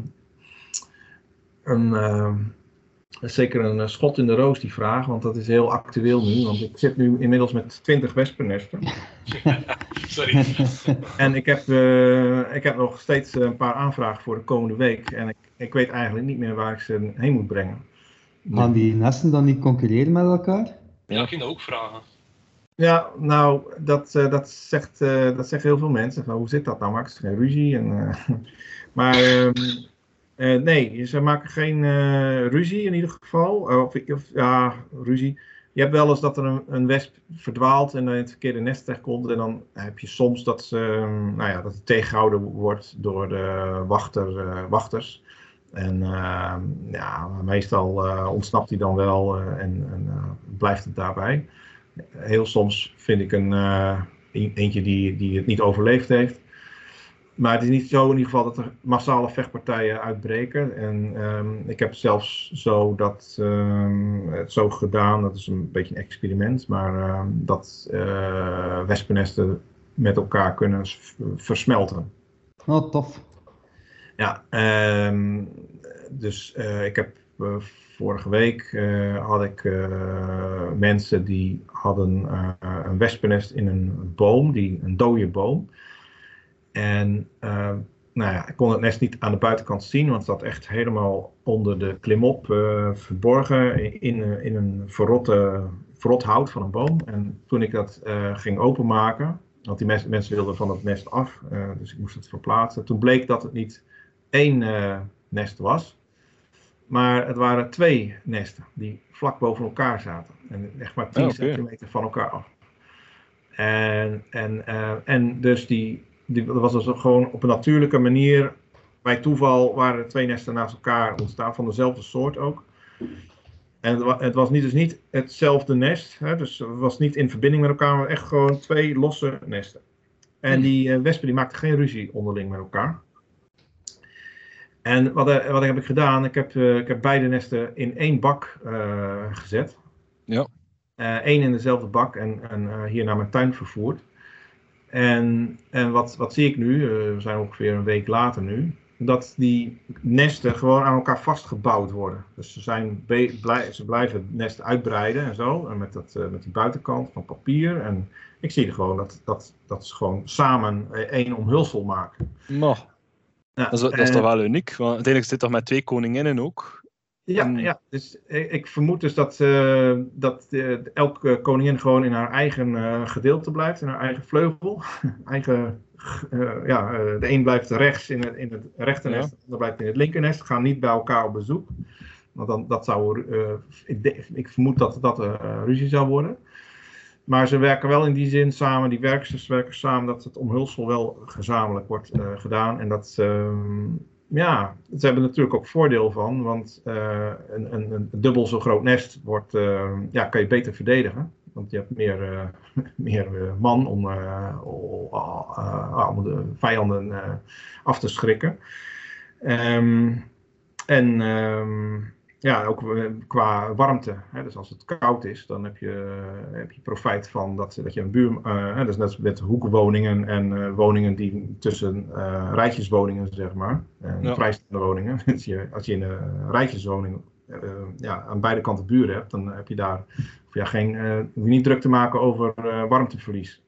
Speaker 3: een uh, zeker een schot in de roos die vraag, want dat is heel actueel nu. Want ik zit nu inmiddels met twintig wespennesten.
Speaker 1: Sorry.
Speaker 3: En ik heb, uh, ik heb nog steeds een paar aanvragen voor de komende week. En ik, ik weet eigenlijk niet meer waar ik ze heen moet brengen.
Speaker 4: Gaan die nesten dan niet concurreren met elkaar?
Speaker 1: Ja, ik ging dat ook vragen.
Speaker 3: Ja, nou, dat, uh, dat, zegt, uh, dat zeggen heel veel mensen. Van, hoe zit dat nou, Max? Geen ruzie. En, uh, maar uh, uh, nee, ze maken geen uh, ruzie in ieder geval. Uh, of, of ja, ruzie. Je hebt wel eens dat er een, een wesp verdwaalt en dan in het verkeerde nest terechtkomt. En dan heb je soms dat, ze, uh, nou ja, dat het tegengehouden wordt door de wachter, uh, wachters. En uh, ja, meestal uh, ontsnapt hij dan wel uh, en, en uh, blijft het daarbij. Heel soms vind ik een uh, eentje die, die het niet overleefd heeft. Maar het is niet zo in ieder geval dat er massale vechtpartijen uitbreken. En um, ik heb zelfs zo dat, um, het zo gedaan, dat is een beetje een experiment, maar uh, dat uh, wespennesten met elkaar kunnen versmelten.
Speaker 4: Oh, tof.
Speaker 3: Ja, um, dus uh, ik heb uh, vorige week uh, had ik uh, mensen die hadden uh, een wespennest in een boom, die, een dode boom. En uh, nou ja, ik kon het nest niet aan de buitenkant zien, want het zat echt helemaal onder de klimop uh, verborgen in, uh, in een verrotte, verrot hout van een boom. En toen ik dat uh, ging openmaken, want die mes- mensen wilden van het nest af, uh, dus ik moest het verplaatsen. Toen bleek dat het niet één uh, nest was, maar het waren twee nesten die vlak boven elkaar zaten. En echt maar tien oh, okay. centimeter van elkaar af. En, en, uh, en dus die... Die, dat was dus gewoon op een natuurlijke manier, bij toeval waren er twee nesten naast elkaar ontstaan, van dezelfde soort ook. En het, het was niet, dus niet hetzelfde nest, hè, dus het was niet in verbinding met elkaar, maar echt gewoon twee losse nesten. En die uh, wespen die maakten geen ruzie onderling met elkaar. En wat, uh, wat heb ik gedaan, ik heb, uh, ik heb beide nesten in één bak uh, gezet.
Speaker 2: Ja.
Speaker 3: Uh, één in dezelfde bak en, en uh, hier naar mijn tuin vervoerd. En, en wat, wat zie ik nu, uh, we zijn ongeveer een week later nu, dat die nesten gewoon aan elkaar vastgebouwd worden. Dus ze, zijn be- blij, ze blijven het nest uitbreiden en zo, en met, dat, uh, met die buitenkant van papier. En ik zie er gewoon dat, dat, dat ze gewoon samen één omhulsel maken.
Speaker 2: Nou,
Speaker 3: Ja,
Speaker 2: dat, is, dat is
Speaker 3: en,
Speaker 2: toch wel uniek, want uiteindelijk zit toch met twee koninginnen ook.
Speaker 3: Ja,
Speaker 2: En...
Speaker 3: ja. Dus ik, ik vermoed dus dat, uh, dat uh, elke koningin gewoon in haar eigen uh, gedeelte blijft, in haar eigen vleugel. eigen, uh, ja, uh, de een blijft rechts in het, in het rechternest, ja. De ander blijft in het linkernest. Gaan niet bij elkaar op bezoek. Want dan, dat zou, uh, ik, ik vermoed dat dat uh, ruzie zou worden. Maar ze werken wel in die zin samen, die werksters werken samen, dat het omhulsel wel gezamenlijk wordt uh, gedaan. En dat... Uh, Ja, ze hebben natuurlijk ook voordeel van, want uh, een, een, een dubbel zo groot nest wordt, uh, ja, kan je beter verdedigen. Want je hebt meer, uh, meer uh, man om, uh, uh, uh, om de vijanden uh, af te schrikken. Um, en um, ja, ook qua warmte. Hè, dus als het koud is, dan heb je, uh, heb je profijt van dat, dat je een buur... Uh, dat is net met hoekwoningen en uh, woningen die tussen uh, rijtjeswoningen, zeg maar. Uh, ja. Vrijstaande woningen. Als je, als je in een rijtjeswoning uh, ja, aan beide kanten buren hebt, dan heb je daar of ja, geen, uh, hoef je niet druk te maken over uh, warmteverlies.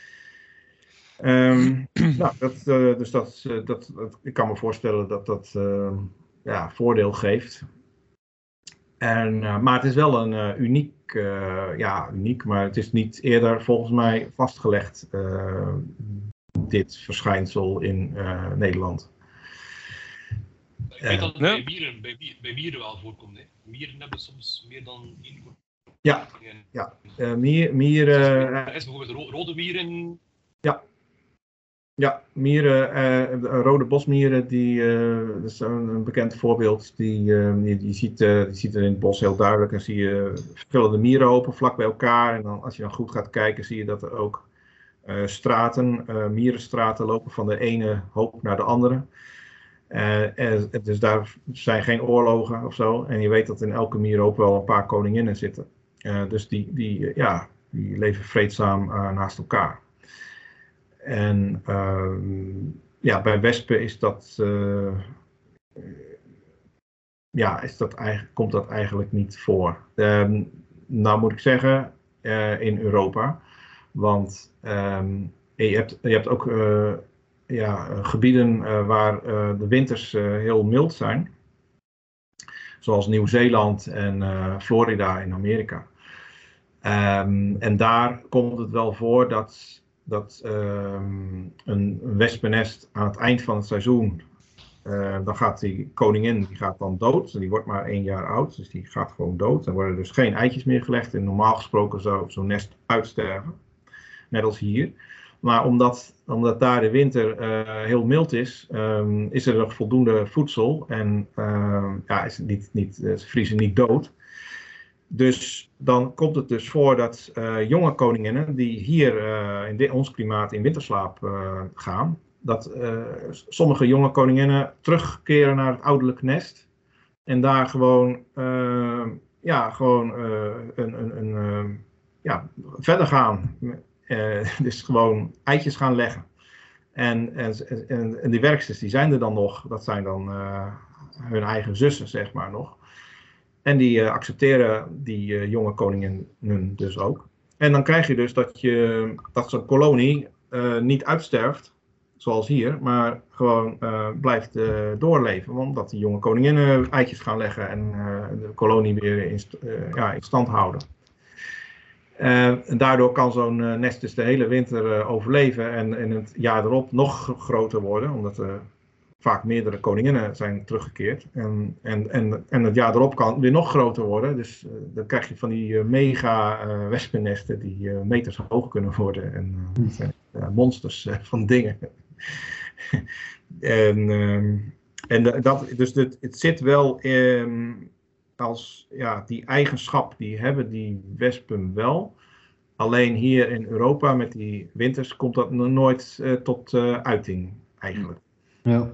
Speaker 3: Um, nou, dat, uh, dus dat, uh, dat, dat, ik kan me voorstellen dat dat uh, ja, voordeel geeft. En, uh, maar het is wel een uh, uniek, uh, ja uniek, maar het is niet eerder volgens mij vastgelegd, uh, dit verschijnsel in uh, Nederland.
Speaker 1: Ik weet dat het uh, bij, mieren, bij, bij mieren wel voorkomt. Hè. Mieren hebben soms meer dan één.
Speaker 3: Ja, ja. Uh, mier, mieren... Uh,
Speaker 1: er is bijvoorbeeld ro rode mieren.
Speaker 3: Ja. Ja, mieren, uh, rode bosmieren, die, uh, dat is een, een bekend voorbeeld. Die, uh, die, die, ziet, uh, die ziet er in het bos heel duidelijk en zie je verschillende mierenhopen vlak bij elkaar. En dan, als je dan goed gaat kijken, zie je dat er ook uh, straten, uh, mierenstraten lopen van de ene hoop naar de andere. Uh, en, dus daar zijn geen oorlogen of zo. En je weet dat in elke mierenhoop wel een paar koninginnen zitten. Uh, dus die, die, uh, ja, die leven vreedzaam uh, naast elkaar. En uh, ja, bij wespen is dat, uh, ja, is dat eigenlijk, komt dat eigenlijk niet voor. Uh, nou moet ik zeggen, uh, in Europa. Want um, je, hebt, je hebt ook uh, ja, gebieden uh, waar uh, de winters uh, heel mild zijn. Zoals Nieuw-Zeeland en uh, Florida in Amerika. Um, en daar komt het wel voor dat... dat um, een, een wespennest aan het eind van het seizoen, uh, dan gaat die koningin die gaat dan dood. Die wordt maar één jaar oud, dus die gaat gewoon dood. Er worden dus geen eitjes meer gelegd. En normaal gesproken zou zo'n nest uitsterven, net als hier. Maar omdat, omdat daar de winter uh, heel mild is, um, is er nog voldoende voedsel. En uh, ja, is het niet, niet, ze vriezen niet dood. Dus dan komt het dus voor dat uh, jonge koninginnen die hier uh, in dit, ons klimaat in winterslaap uh, gaan, dat uh, sommige jonge koninginnen terugkeren naar het ouderlijk nest en daar gewoon, uh, ja, gewoon uh, een, een, een, uh, ja, verder gaan. Uh, dus gewoon eitjes gaan leggen. En, en, en, en die werksters die zijn er dan nog, dat zijn dan uh, hun eigen zussen, zeg maar nog. En die uh, accepteren die uh, jonge koninginnen dus ook. En dan krijg je dus dat, je, dat zo'n kolonie uh, niet uitsterft, zoals hier, maar gewoon uh, blijft uh, doorleven. Omdat die jonge koninginnen eitjes gaan leggen en uh, de kolonie weer in, uh, ja, in stand houden. Uh, en daardoor kan zo'n uh, nest dus de hele winter uh, overleven en in het jaar erop nog groter worden, omdat uh, vaak meerdere koninginnen zijn teruggekeerd. En, en, en, en het jaar erop kan weer nog groter worden. Dus uh, dan krijg je van die uh, mega uh, wespennesten die uh, meters hoog kunnen worden. En uh, zijn, uh, monsters uh, van dingen. en um, en dat, dus het, het zit wel um, als ja, die eigenschap, die hebben die wespen wel. Alleen hier in Europa met die winters komt dat nog nooit uh, tot uh, uiting eigenlijk.
Speaker 4: Ja.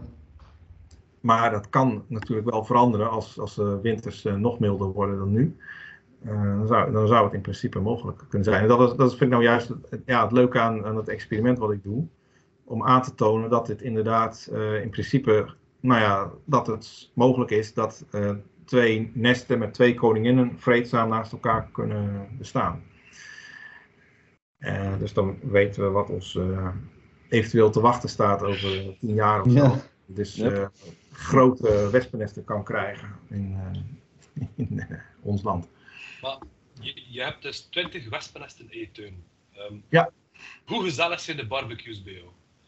Speaker 3: Maar dat kan natuurlijk wel veranderen als, als de winters uh, nog milder worden dan nu. uh, dan, zou, dan zou het in principe mogelijk kunnen zijn. En dat, is, dat vind ik nou juist het, ja, het leuke aan, aan het experiment wat ik doe. Om aan te tonen dat dit inderdaad uh, in principe, nou ja, dat het mogelijk is dat uh, twee nesten met twee koninginnen vreedzaam naast elkaar kunnen bestaan. Uh, dus dan weten we wat ons uh, eventueel te wachten staat over tien jaar of zo.
Speaker 4: Ja.
Speaker 3: Dus
Speaker 2: Yep.
Speaker 3: uh, grote wespennesten kan krijgen in, uh, in uh, ons land.
Speaker 1: Maar je, je hebt dus twintig wespennesten in je tuin. Um,
Speaker 3: Ja.
Speaker 1: Hoe gezellig zijn de barbecues bij jou?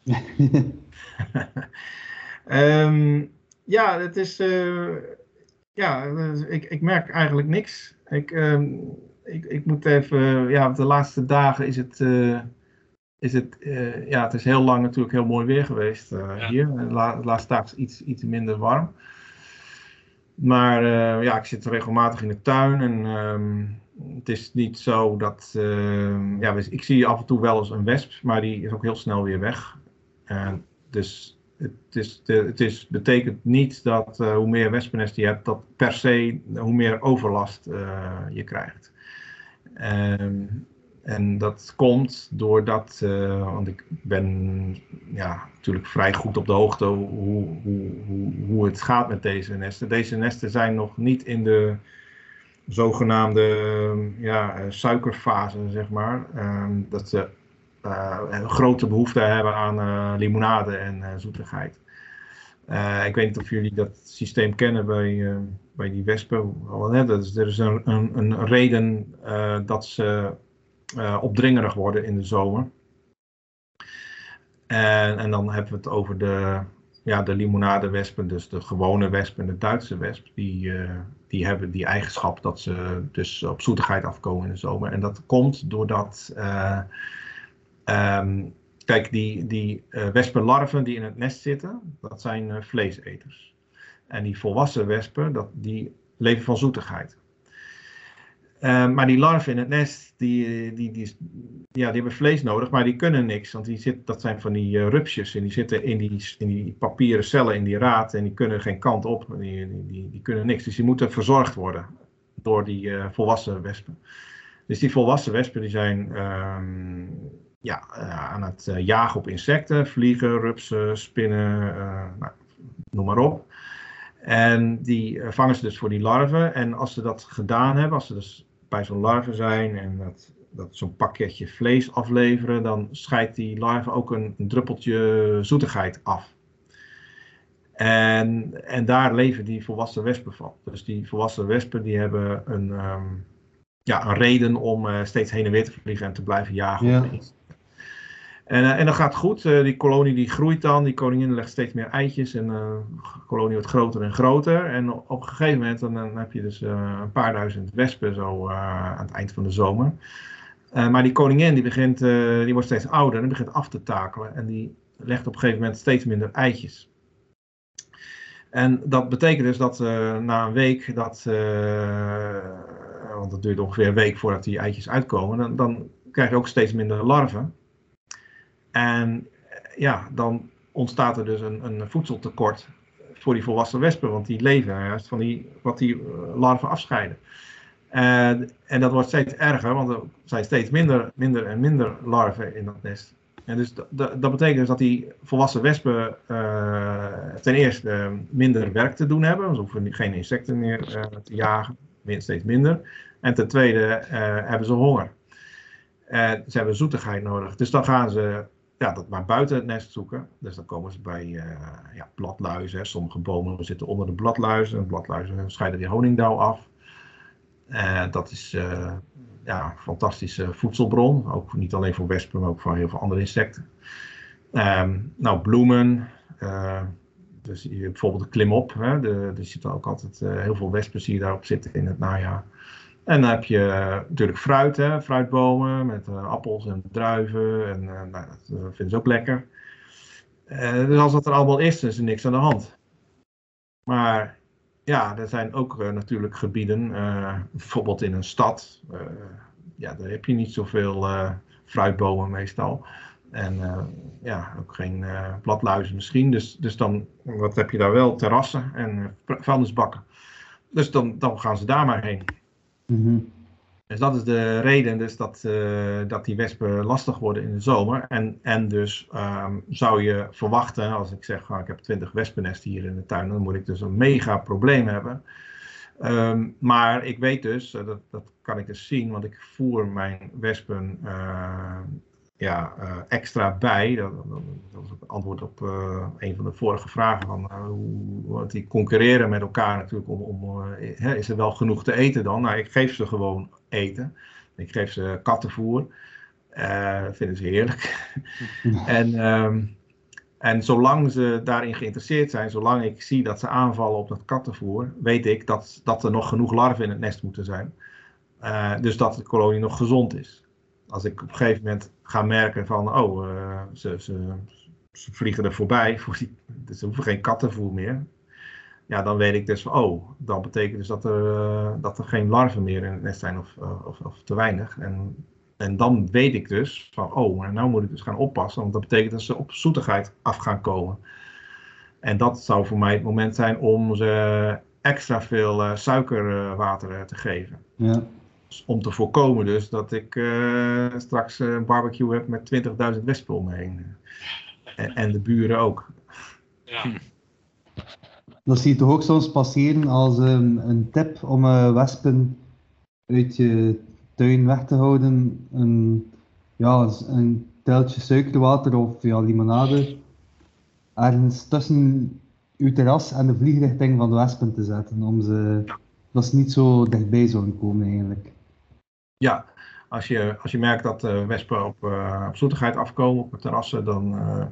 Speaker 3: um, ja, het is. Uh, ja, ik, ik merk eigenlijk niks. Ik, um, ik, ik moet even. Ja, de laatste dagen is het. Uh, is het, uh, ja, het is heel lang natuurlijk heel mooi weer geweest uh,
Speaker 1: Ja.
Speaker 3: hier. La, laatst daags iets, iets minder warm. Maar uh, ja, ik zit regelmatig in de tuin en um, het is niet zo dat. Uh, ja, ik zie af en toe wel eens een wesp, maar die is ook heel snel weer weg. Uh, dus het, is, het is, betekent niet dat uh, hoe meer wespennesten je hebt, dat per se hoe meer overlast uh, je krijgt. Um, En dat komt doordat, uh, want ik ben ja, natuurlijk vrij goed op de hoogte hoe, hoe, hoe, hoe het gaat met deze nesten. Deze nesten zijn nog niet in de zogenaamde ja, suikerfase, zeg maar. Um, dat ze uh, een grote behoefte hebben aan uh, limonade en uh, zoetigheid. Uh, ik weet niet of jullie dat systeem kennen bij, uh, bij die wespen. Dat is, er is een, een, een reden uh, dat ze Uh, opdringerig worden in de zomer. En, en dan hebben we het over de, ja, de limonadewespen, dus de gewone wesp en de Duitse wesp. Die, uh, die hebben die eigenschap dat ze dus op zoetigheid afkomen in de zomer. En dat komt doordat, uh, um, kijk, die, die uh, wespenlarven die in het nest zitten, dat zijn uh, vleeseters. En die volwassen wespen, dat, die leven van zoetigheid. Uh, maar die larven in het nest, die, die, die, ja, die hebben vlees nodig, maar die kunnen niks. Want die zit, dat zijn van die uh, rupsjes en die zitten in die, in die papieren cellen in die raad en die kunnen geen kant op. Die, die, die, die kunnen niks. Dus die moeten verzorgd worden door die uh, volwassen wespen. Dus die volwassen wespen die zijn um, ja, uh, aan het uh, jagen op insecten, vliegen, rupsen, spinnen, uh, nou, noem maar op. En die uh, vangen ze dus voor die larven. En als ze dat gedaan hebben, als ze dus bij zo'n larve zijn en dat, dat zo'n pakketje vlees afleveren, dan scheidt die larve ook een, een druppeltje zoetigheid af. En, en daar leven die volwassen wespen van. Dus die volwassen wespen die hebben een, um, ja, een reden om uh, steeds heen en weer te vliegen en te blijven jagen.
Speaker 4: Ja.
Speaker 3: Op iets. En, uh, en dat gaat goed. Uh, die kolonie die groeit dan. Die koningin legt steeds meer eitjes. En uh, de kolonie wordt groter en groter. En op een gegeven moment dan, dan heb je dus uh, een paar duizend wespen zo uh, aan het eind van de zomer. Uh, maar die koningin die begint, uh, die wordt steeds ouder en begint af te takelen. En die legt op een gegeven moment steeds minder eitjes. En dat betekent dus dat uh, na een week, dat, uh, want dat duurt ongeveer een week voordat die eitjes uitkomen, dan, dan krijg je ook steeds minder larven. En ja, dan ontstaat er dus een, een voedseltekort voor die volwassen wespen, want die leven juist van die, wat die uh, larven afscheiden. En, en dat wordt steeds erger, want er zijn steeds minder, minder en minder larven in dat nest. En dus d- d- dat betekent dus dat die volwassen wespen uh, ten eerste uh, minder werk te doen hebben. Ze hoeven geen insecten meer uh, te jagen, steeds minder. En ten tweede uh, hebben ze honger. Uh, ze hebben zoetigheid nodig. Dus dan gaan ze ja, dat maar buiten het nest zoeken. Dus dan komen ze bij uh, ja, bladluizen. Hè. Sommige bomen zitten onder de bladluizen. En bladluizen scheiden die honingdauw af. Uh, dat is uh, ja, een fantastische voedselbron. Ook niet alleen voor wespen, maar ook voor heel veel andere insecten. Um, nou, bloemen. Uh, dus je, bijvoorbeeld de klimop. Hè, de, er zitten ook altijd uh, heel veel wespen zie je daarop zitten in het najaar. En dan heb je uh, natuurlijk fruit, hè, fruitbomen met uh, appels en druiven. En uh, nou, dat uh, vinden ze ook lekker. Uh, dus als dat er allemaal is, dan is er niks aan de hand. Maar ja, er zijn ook uh, natuurlijk gebieden, uh, bijvoorbeeld in een stad. Uh, ja, daar heb je niet zoveel uh, fruitbomen meestal. En uh, ja, ook geen uh, bladluizen misschien. Dus, dus dan, wat heb je daar wel? Terrassen en uh, vuilnisbakken. Dus dan, dan gaan ze daar maar heen.
Speaker 4: Mm-hmm.
Speaker 3: Dus dat is de reden dus dat, uh, dat die wespen lastig worden in de zomer. En, en dus um, zou je verwachten, als ik zeg, oh, ik heb twintig wespennesten hier in de tuin, dan moet ik dus een mega probleem hebben. Um, maar ik weet dus, uh, dat, dat kan ik dus zien, want ik voer mijn wespen uh, ja, uh, extra bij. Dat, dat, dat was ook het antwoord op uh, een van de vorige vragen. Van, uh, hoe, want die concurreren met elkaar natuurlijk om, om uh, hè, is er wel genoeg te eten dan? Nou, ik geef ze gewoon eten. Ik geef ze kattenvoer. Uh, dat vinden ze heerlijk. en, um, en zolang ze daarin geïnteresseerd zijn, zolang ik zie dat ze aanvallen op dat kattenvoer, weet ik dat, dat er nog genoeg larven in het nest moeten zijn. Uh, dus dat de kolonie nog gezond is. Als ik op een gegeven moment ga merken van, oh, uh, ze, ze, ze vliegen er voorbij, voor die, dus ze hoeven geen kattenvoer meer. Ja, dan weet ik dus van, oh, dat betekent dus dat er, uh, dat er geen larven meer in het nest zijn of, uh, of, of te weinig. En, en dan weet ik dus van, oh, maar nou moet ik dus gaan oppassen, want dat betekent dat ze op zoetigheid af gaan komen. En dat zou voor mij het moment zijn om ze extra veel uh, suikerwater uh, te geven.
Speaker 4: Ja.
Speaker 3: Om te voorkomen dus dat ik uh, straks een barbecue heb met twintigduizend wespen om me heen. En, en de buren ook.
Speaker 1: Ja.
Speaker 4: Dat zie je toch ook soms passeren als um, een tip om uh, wespen uit je tuin weg te houden. Een, ja, een teltje suikerwater of ja, limonade ergens tussen uw terras en de vliegrichting van de wespen te zetten. Om ze, dat ze niet zo dichtbij zouden komen eigenlijk.
Speaker 3: Ja, als je, als je merkt dat uh, wespen op, uh, op zoetigheid afkomen op de terrassen, dan uh,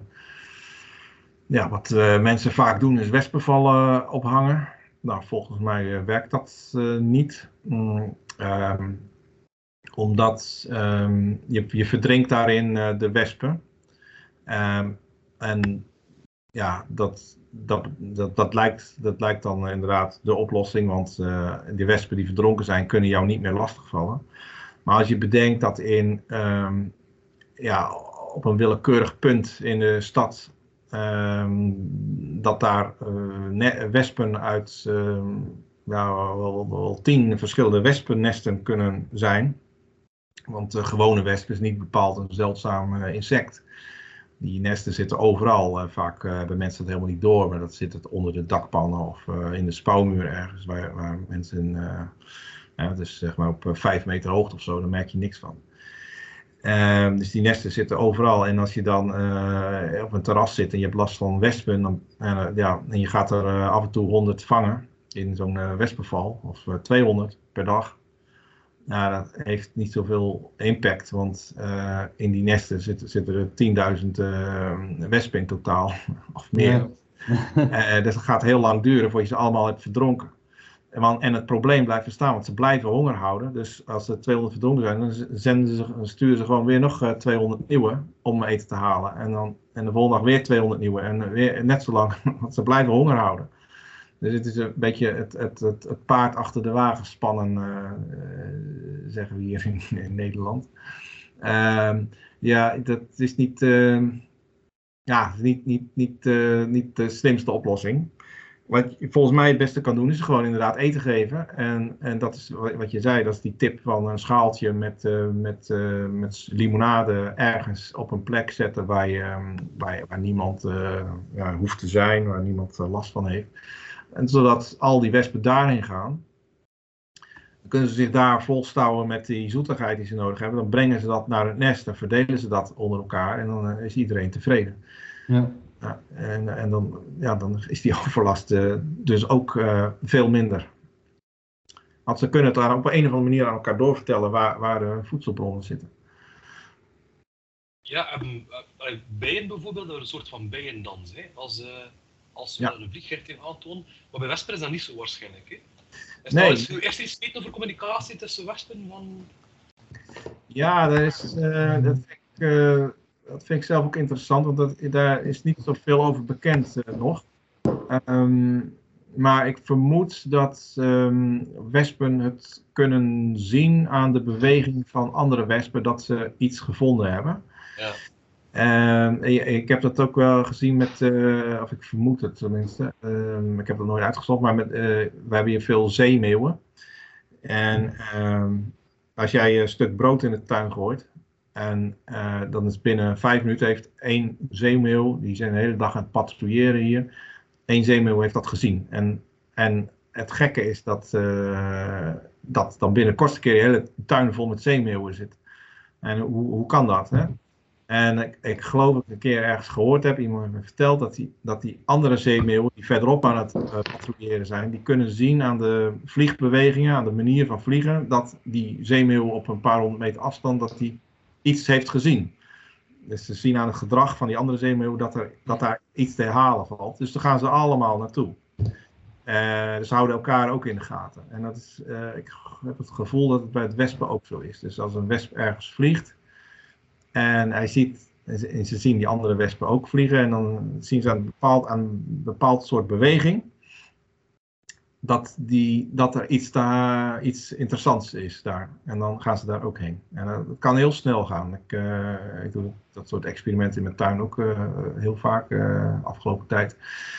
Speaker 3: ja, wat uh, mensen vaak doen is wespenvallen ophangen. Nou, volgens mij uh, werkt dat uh, niet. Mm, um, omdat um, je, je verdrinkt daarin uh, de wespen. Um, en ja, dat, dat, dat, dat, lijkt, dat lijkt dan inderdaad de oplossing, want uh, die wespen die verdronken zijn kunnen jou niet meer lastigvallen. Maar als je bedenkt dat in, um, ja, op een willekeurig punt in de stad, um, dat daar uh, wespen uit um, ja, wel, wel tien verschillende wespennesten kunnen zijn. Want de gewone wesp is niet bepaald een zeldzaam uh, insect. Die nesten zitten overal. Uh, vaak uh, hebben mensen dat helemaal niet door, maar dat zit het onder de dakpannen of uh, in de spouwmuur ergens waar, waar mensen... Uh, Ja, dus zeg maar op vijf meter hoogte of zo, daar merk je niks van. Um, dus die nesten zitten overal. En als je dan uh, op een terras zit en je hebt last van wespen, dan, uh, ja, en je gaat er uh, af en toe honderd vangen in zo'n uh, wespenval, of uh, tweehonderd per dag. Nou, dat heeft niet zoveel impact, want uh, in die nesten zitten, zitten er tienduizend uh, wespen in totaal, of meer. Ja. uh, dus het gaat heel lang duren voordat je ze allemaal hebt verdronken. En het probleem blijft bestaan, want ze blijven honger houden. Dus als er tweehonderd verdronken zijn, dan zenden ze, dan sturen ze gewoon weer nog tweehonderd nieuwe om eten te halen. En, dan, en de volgende dag weer tweehonderd nieuwe. En weer net zo lang, want ze blijven honger houden. Dus het is een beetje het, het, het, het paard achter de wagen spannen, uh, uh, zeggen we hier in, in Nederland. Uh, ja, dat is niet, uh, ja, niet, niet, niet, uh, niet de slimste oplossing. Wat je volgens mij het beste kan doen is gewoon inderdaad eten geven. En, en dat is wat je zei, dat is die tip van een schaaltje met, uh, met, uh, met limonade ergens op een plek zetten waar, je, waar, waar niemand uh, ja, hoeft te zijn, waar niemand uh, last van heeft. En zodat al die wespen daarheen gaan, dan kunnen ze zich daar volstouwen met die zoetigheid die ze nodig hebben. Dan brengen ze dat naar het nest en verdelen ze dat onder elkaar en dan uh, is iedereen tevreden.
Speaker 4: Ja.
Speaker 3: Ja, en, en dan, ja, dan is die overlast uh, dus ook uh, veel minder. Want ze kunnen het daar op een of andere manier aan elkaar doorvertellen waar, waar de voedselbronnen zitten.
Speaker 1: Ja, um, uh, bijen bijvoorbeeld, dat is een soort van bijendans. Hè? Als, uh, als we ja. een vliegrichting aantonen. Maar bij wespen is dat niet zo waarschijnlijk. Hè? Is nee. Is er eerst iets weten over communicatie tussen wespen? Van...
Speaker 3: Ja, dat, is, uh, dat vind ik... Uh, Dat vind ik zelf ook interessant, want dat, daar is niet zoveel over bekend uh, nog. Um, maar ik vermoed dat um, wespen het kunnen zien aan de beweging van andere wespen dat ze iets gevonden hebben. Ja. Um, ik heb dat ook wel gezien met, uh, of ik vermoed het tenminste, um, ik heb dat nooit uitgezocht, maar met, uh, we hebben hier veel zeemeeuwen. En um, als jij een stuk brood in de tuin gooit, en uh, dan is binnen vijf minuten heeft één zeemeeuw, die zijn de hele dag aan het patrouilleren hier, één zeemeeuw heeft dat gezien. En, en het gekke is dat, uh, dat dan binnen de kortste keer je hele tuin vol met zeemeeuwen zit. En hoe, hoe kan dat? Hè? En ik, ik geloof dat ik een keer ergens gehoord heb, iemand heeft me verteld, dat die, dat die andere zeemeeuwen die verderop aan het uh, patrouilleren zijn, die kunnen zien aan de vliegbewegingen, aan de manier van vliegen, dat die zeemeeuw op een paar honderd meter afstand, dat die iets heeft gezien. Dus ze zien aan het gedrag van die andere zeemeeuw dat, er, dat daar iets te herhalen valt. Dus daar gaan ze allemaal naartoe. Uh, dus ze houden elkaar ook in de gaten. En dat is, uh, ik heb het gevoel dat het bij het wespen ook zo is. Dus als een wesp ergens vliegt en hij ziet, en ze zien die andere wespen ook vliegen en dan zien ze aan een bepaald, aan een bepaald soort beweging dat, die, dat er iets, daar, iets interessants is daar. En dan gaan ze daar ook heen. En uh, dat kan heel snel gaan. Ik, uh, ik doe dat soort experimenten in mijn tuin ook uh, heel vaak uh, afgelopen tijd.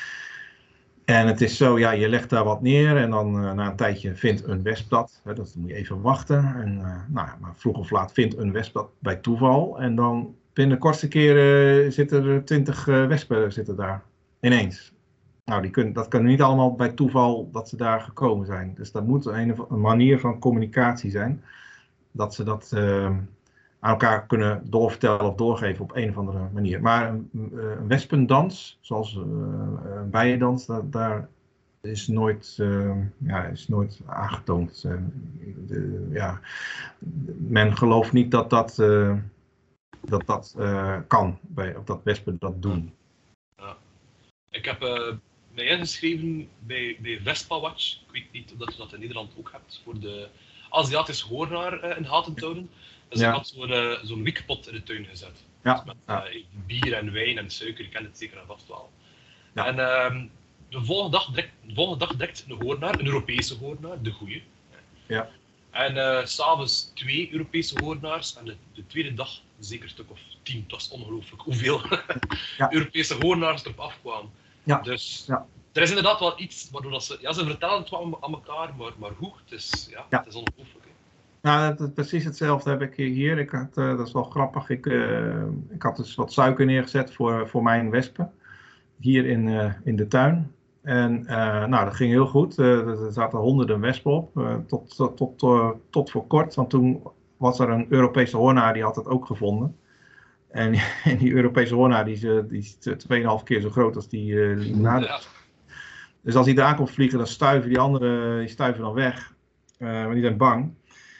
Speaker 3: En het is zo, ja, je legt daar wat neer en dan uh, na een tijdje vindt een wesp dat. Hè, dat moet je even wachten. En, uh, nou ja, maar vroeg of laat vindt een wesp dat bij toeval. En dan binnen de kortste keren uh, zitten er twintig uh, wespen zitten daar. Ineens. Nou, die kunnen, dat kan niet allemaal bij toeval dat ze daar gekomen zijn. Dus dat moet een, een manier van communicatie zijn. Dat ze dat uh, aan elkaar kunnen doorvertellen of doorgeven op een of andere manier. Maar een, een wespendans, zoals uh, een bijendans, dat, daar is nooit, uh, ja, is nooit aangetoond. Uh, de, ja, men gelooft niet dat dat, uh, dat, dat uh, kan, bij, of dat wespen dat doen.
Speaker 1: Ja. Ik heb uh, mij ingeschreven bij, bij Vespa Watch. Ik weet niet of je dat in Nederland ook hebt, voor de Aziatische hoornaar uh, in de gaten te houden. Dus ja. Ik had zo'n uh, zo'n wiekpot in de tuin gezet.
Speaker 3: Ja.
Speaker 1: Dus met
Speaker 3: ja.
Speaker 1: uh, bier en wijn en suiker, je kent het zeker en vast wel.
Speaker 3: Ja.
Speaker 1: En uh, de, volgende dag direct, de volgende dag direct een hoornaar, een Europese hoornaar, de goeie.
Speaker 3: Ja.
Speaker 1: En uh, s'avonds twee Europese hoornaars en de, de tweede dag zeker een stuk of tien. Dat is ongelooflijk hoeveel ja. Europese hoornaars erop afkwamen.
Speaker 3: Ja.
Speaker 1: Dus
Speaker 3: ja.
Speaker 1: er is inderdaad wel iets waardoor dat ze, ja, ze vertellen het wel aan elkaar, maar, maar hoe? Het is, ja,
Speaker 3: ja.
Speaker 1: Het is ongelooflijk.
Speaker 3: Nou, dat, dat, precies hetzelfde heb ik hier. Ik had, uh, dat is wel grappig. Ik, uh, ik had dus wat suiker neergezet voor, voor mijn wespen. Hier in, uh, in de tuin. En uh, nou, dat ging heel goed. Uh, er zaten honderden wespen op. Uh, tot, tot, tot, uh, tot voor kort. Want toen was er een Europese hoornaar die had het ook gevonden. En, en die Europese hoornaar die is, die is twee komma vijf keer zo groot als die uh, limonade. Ja. Dus als hij eraan komt vliegen, dan stuiven die anderen die stuiven dan weg. Uh, maar die zijn bang.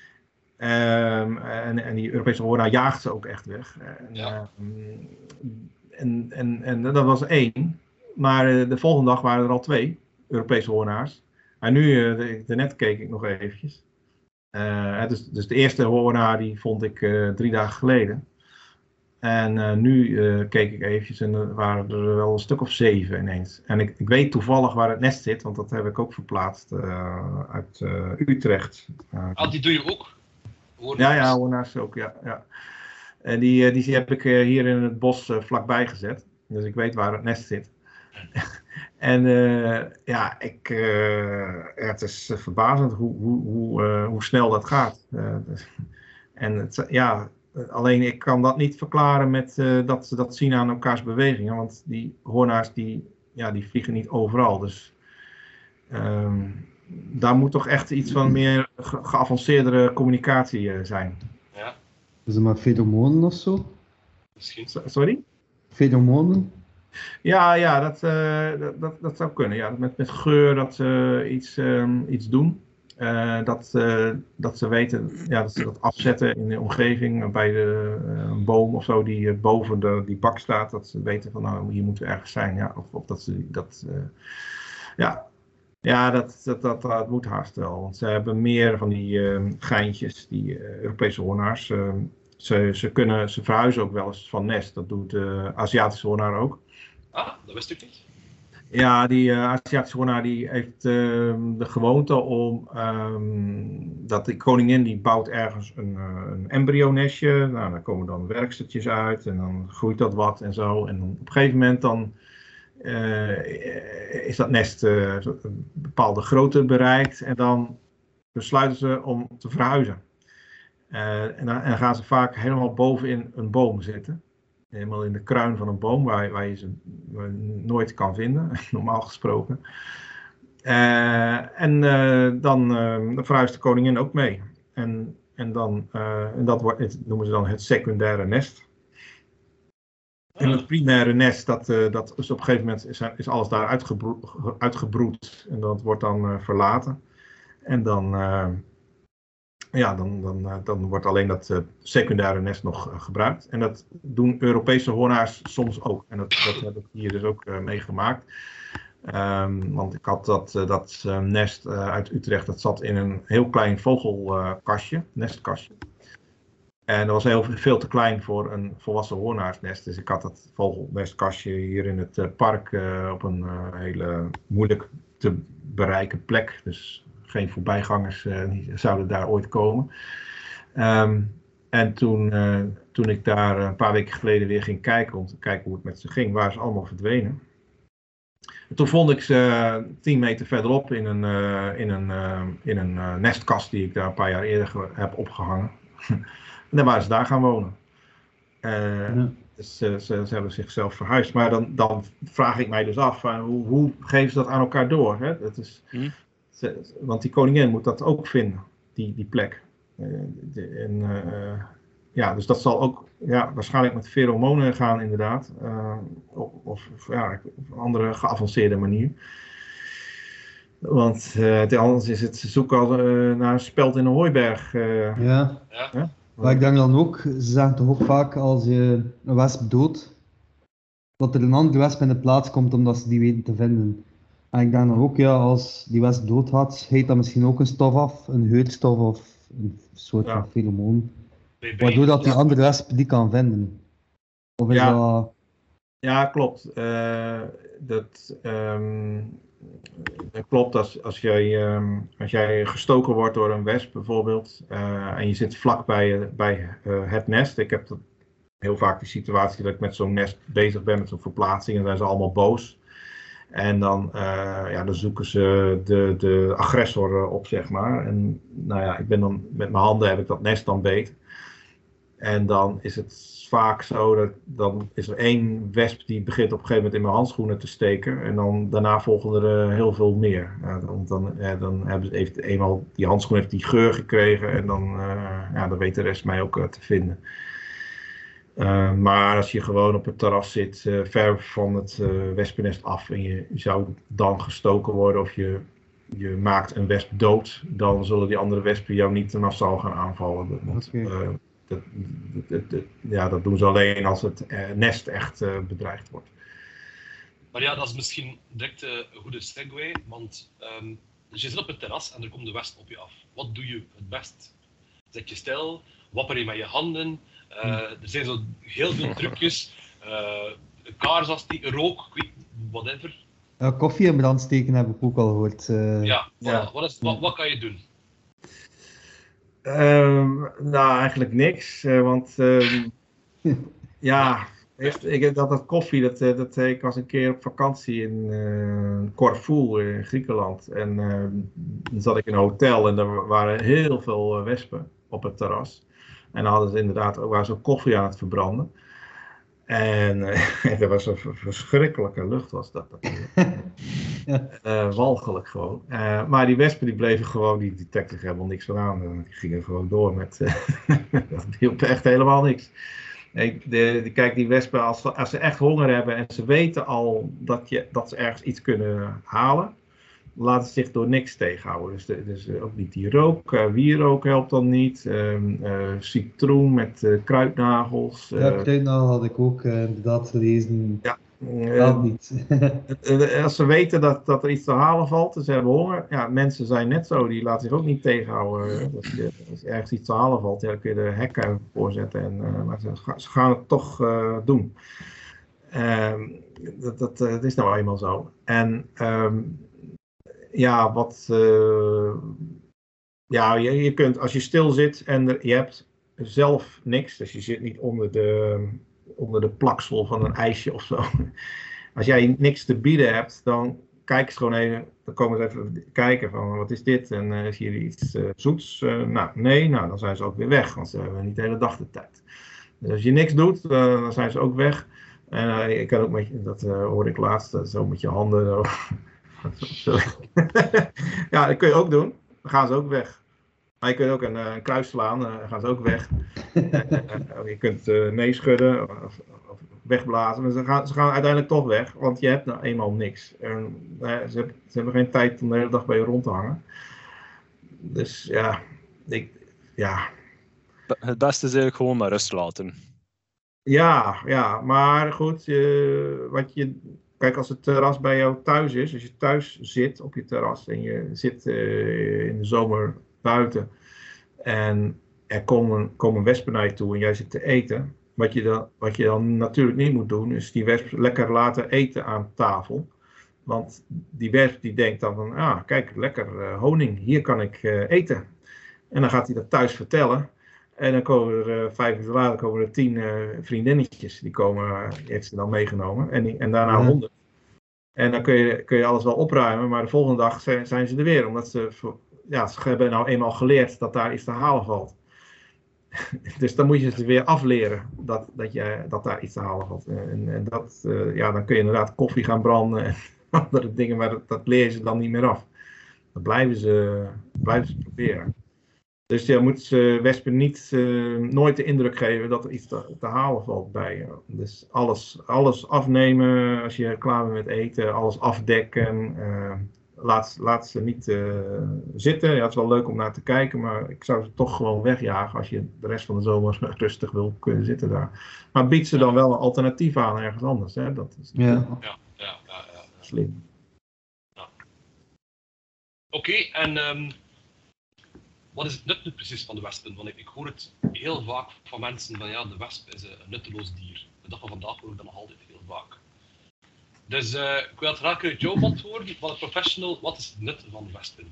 Speaker 3: Um, en, en die Europese hoornaar jaagt ze ook echt weg. En, ja. um, en, en, en dat was één. Maar uh, de volgende dag waren er al twee Europese hoornaars. En nu, uh, de, daarnet keek ik nog eventjes. Uh, dus, dus de eerste hoornaar die vond ik uh, drie dagen geleden. En uh, nu uh, keek ik eventjes en er waren er wel een stuk of zeven ineens. En ik, ik weet toevallig waar het nest zit, want dat heb ik ook verplaatst uh, uit uh, Utrecht. Uh,
Speaker 1: ah, die doe je ook?
Speaker 3: Ja, ja, hoornaars ook, ja. ja. En die, die heb ik hier in het bos uh, vlakbij gezet. Dus ik weet waar het nest zit. En uh, ja, ik, uh, het is verbazend hoe, hoe, hoe, uh, hoe snel dat gaat. Uh, dus, en het, ja, alleen ik kan dat niet verklaren met uh, dat ze dat zien aan elkaars bewegingen. Want die hoornaars die, ja, die vliegen niet overal. Dus um, daar moet toch echt iets van meer ge geavanceerdere communicatie uh, zijn.
Speaker 1: Ja.
Speaker 4: Is het maar feromonen of zo?
Speaker 1: Misschien.
Speaker 3: So sorry?
Speaker 4: Feromonen?
Speaker 3: Ja, ja dat, uh, dat, dat, dat zou kunnen. Ja. Met, met geur dat ze iets, um, iets doen. Uh, dat, uh, dat ze weten ja, dat ze dat afzetten in de omgeving bij de uh, boom of zo die uh, boven de, die bak staat. Dat ze weten van nou hier moeten we ergens zijn. Ja. Of, of dat ze dat. Uh, ja. Ja, dat, dat, dat, dat moet haast wel. Want ze hebben meer van die uh, geintjes, die uh, Europese hoornaars. Uh, ze, ze, kunnen, ze verhuizen ook wel eens van nest. Dat doet de uh, Aziatische hoornaar ook.
Speaker 1: Ah, dat wist ik niet.
Speaker 3: Ja, die uh, Aziatische hoornaar die heeft uh, de gewoonte om... Um, dat de koningin die bouwt ergens een, uh, een embryo-nestje. Nou, daar komen dan werkstertjes uit en dan groeit dat wat en zo. En dan op een gegeven moment dan... Uh, is dat nest uh, een bepaalde grootte bereikt en dan besluiten ze om te verhuizen. Uh, en, dan, en dan gaan ze vaak helemaal bovenin een boom zitten. Helemaal in de kruin van een boom, waar, waar je ze nooit kan vinden, normaal gesproken. Uh, en uh, dan uh, verhuist de koningin ook mee. En, en, dan, uh, en dat wordt, het noemen ze dan het secundaire nest. En het primaire nest, dat, uh, dat is op een gegeven moment is, is alles daar uitgebro uitgebroed. En dat wordt dan uh, verlaten. En dan, uh, ja, dan, dan, uh, dan wordt alleen dat uh, secundaire nest nog uh, gebruikt. En dat doen Europese hoornaars soms ook. En dat, dat heb ik hier dus ook uh, meegemaakt. Um, want ik had dat, uh, dat uh, nest uh, uit Utrecht, dat zat in een heel klein vogelkastje, uh, nestkastje. En dat was heel veel te klein voor een volwassen hoornaarsnest. Dus ik had dat vogelnestkastje hier in het uh, park uh, op een uh, hele moeilijk te bereiken plek. Dus geen voorbijgangers uh, die zouden daar ooit komen. Um, en toen, uh, toen ik daar een paar weken geleden weer ging kijken, om te kijken hoe het met ze ging, waren ze allemaal verdwenen. En toen vond ik ze tien meter verderop in een, uh, in een, uh, in een uh, nestkast die ik daar een paar jaar eerder heb opgehangen. En dan waren ze daar gaan wonen. Uh, ja. Dus uh, ze, ze hebben zichzelf verhuisd. Maar dan, dan vraag ik mij dus af, uh, hoe, hoe geven ze dat aan elkaar door? Hè? Dat is, hm. ze, want die koningin moet dat ook vinden, die, die plek. Uh, de, en, uh, ja, dus dat zal ook ja, waarschijnlijk met pheromonen gaan inderdaad. Uh, of of ja, op een andere geavanceerde manier. Want uh, anders is het zoeken als, uh, naar een speld in een hooiberg. Uh,
Speaker 4: ja.
Speaker 1: ja.
Speaker 4: Huh? Maar ik denk dan ook, ze zeggen toch ook vaak als je een wesp doodt, dat er een andere wesp in de plaats komt omdat ze die weten te vinden. En ik denk dan ook, ja, als die wesp doodgaat, heet dat misschien ook een stof af, een geurstof of een soort ja. van feromoon. Waardoor dat die andere wesp die kan vinden. Of is
Speaker 3: ja.
Speaker 4: dat...
Speaker 3: Ja, klopt. Uh, dat... Um... Het klopt, als, als, jij, um, als jij gestoken wordt door een wesp bijvoorbeeld uh, en je zit vlak bij, bij uh, het nest. Ik heb dat, heel vaak die situatie dat ik met zo'n nest bezig ben met zo'n verplaatsing en dan zijn ze allemaal boos. En dan, uh, ja, dan zoeken ze de, de agressor op, zeg maar. En nou ja, ik ben dan, met mijn handen heb ik dat nest dan beet. En dan is het vaak zo dat dan is er één wesp die begint op een gegeven moment in mijn handschoenen te steken. En dan daarna volgen er uh, heel veel meer. Ja, dan, dan, ja, dan hebben ze even eenmaal die handschoen heeft die geur gekregen. En dan, uh, ja, dan weet de rest mij ook uh, te vinden. Uh, maar als je gewoon op het terras zit, uh, ver van het uh, wespennest af. En je zou dan gestoken worden of je, je maakt een wesp dood. Dan zullen die andere wespen jou niet massaal gaan aanvallen. Want, okay. uh, Dat, dat, dat, ja, dat doen ze alleen als het uh, nest echt uh, bedreigd wordt.
Speaker 1: Maar ja, dat is misschien direct uh, een goede segue, want um, dus je zit op het terras en er komt de wesp op je af. Wat doe je het best? Zet je stil, wapper je met je handen, uh, er zijn zo heel veel trucjes, uh, een kaars als die, rook, whatever.
Speaker 4: Ja, koffie in brand steken heb ik ook al gehoord. Uh,
Speaker 1: ja, voilà. ja. Wat, is, wat, wat kan je doen?
Speaker 3: Um, nou, eigenlijk niks, uh, want um, ja, heeft, ik, dat, dat koffie, dat, dat, ik was een keer op vakantie in uh, Corfu in Griekenland en uh, dan zat ik in een hotel en er waren heel veel uh, wespen op het terras en dan hadden ze inderdaad ook waar ze koffie aan het verbranden. En uh, dat was een verschrikkelijke lucht was dat. dat uh, walgelijk gewoon. Uh, maar die wespen die bleven gewoon, die detecten helemaal niks van aan. Die gingen gewoon door met, uh, dat hielp echt helemaal niks. De, de, kijk, die wespen, als, als ze echt honger hebben en ze weten al dat, je, dat ze ergens iets kunnen halen, laten ze zich door niks tegenhouden. Dus, de, dus ook niet die rook, uh, wierook helpt dan niet. Um, uh, citroen met uh, kruidnagels. Uh,
Speaker 4: ja, kruidnagel had ik ook uh, inderdaad gelezen.
Speaker 3: Ja,
Speaker 4: uh, niet.
Speaker 3: Als ze weten dat, dat er iets te halen valt en ze hebben honger. Ja, mensen zijn net zo, die laten zich ook niet tegenhouden. Als, je, als ergens iets te halen valt, ja, dan kun je de hekken voorzetten. En, uh, maar ze, ze gaan het toch uh, doen. Um, dat, dat, uh, dat is nou eenmaal zo. En um, ja, wat... Uh, ja, je, je kunt, als je stil zit en er, je hebt zelf niks, dus je zit niet onder de, onder de plaksel van een ijsje of zo. Als jij niks te bieden hebt, dan kijken ze gewoon even, dan komen ze even kijken van wat is dit en uh, is hier iets uh, zoets? Uh, nou, nee, nou dan zijn ze ook weer weg, want ze hebben niet de hele dag de tijd. Dus als je niks doet, uh, dan zijn ze ook weg. En uh, ik kan ook met je, dat uh, hoorde ik laatst, uh, zo met je handen. Zo. Ja, dat kun je ook doen. Dan gaan ze ook weg. Maar je kunt ook een, uh, een kruis slaan, uh, dan gaan ze ook weg. uh, je kunt uh, nee schudden of, of wegblazen, maar ze gaan, ze gaan uiteindelijk toch weg, want je hebt nou eenmaal niks. En, uh, ze, hebben, ze hebben geen tijd om de hele dag bij je rond te hangen. Dus ja, ik, ja.
Speaker 2: Het beste is eigenlijk gewoon maar rust laten.
Speaker 3: Ja, ja, maar goed, je, wat je, kijk als het terras bij jou thuis is, als je thuis zit op je terras en je zit uh, in de zomer buiten en er komen, komen wespen naar je toe en jij zit te eten, wat je, dan, wat je dan natuurlijk niet moet doen, is die wesp lekker laten eten aan tafel. Want die wesp die denkt dan van, ah kijk, lekker uh, honing, hier kan ik uh, eten. En dan gaat hij dat thuis vertellen. En dan komen er uh, vijf uur later komen er tien uh, vriendinnetjes, die komen, uh, die heeft ze dan meegenomen. En, die, en daarna
Speaker 4: Ja.
Speaker 3: honderd. En dan kun je, kun je alles wel opruimen, maar de volgende dag zijn, zijn ze er weer. Omdat ze, ja, ze hebben nou eenmaal geleerd dat daar iets te halen valt. Dus dan moet je ze weer afleren dat, dat, je, dat daar iets te halen valt. En, en dat, uh, ja, dan kun je inderdaad koffie gaan branden en andere dingen, maar dat, dat leer je ze dan niet meer af. Dat blijven ze, blijven ze proberen. Dus je moet ze wespen niet, uh, nooit de indruk geven dat er iets te, te halen valt bij je. Dus alles, alles afnemen als je klaar bent met eten, alles afdekken. Uh, laat, laat ze niet uh, zitten. Ja, het is wel leuk om naar te kijken, maar ik zou ze toch gewoon wegjagen als je de rest van de zomer rustig wil kunnen zitten daar. Maar bied ze dan wel een alternatief aan ergens anders. Hè? Dat is
Speaker 4: Ja.
Speaker 1: Ja, ja, ja, ja, ja.
Speaker 3: slim.
Speaker 1: Oké, okay, en um, wat is het nut nu precies van de wespen? Want ik, ik hoor het heel vaak van mensen van ja, de wesp is een nutteloos dier. De dag van vandaag hoor ik dat nog altijd heel vaak. Dus uh, ik wil het graag uit jouw mond horen, van een professional, wat is het nut van de wespen?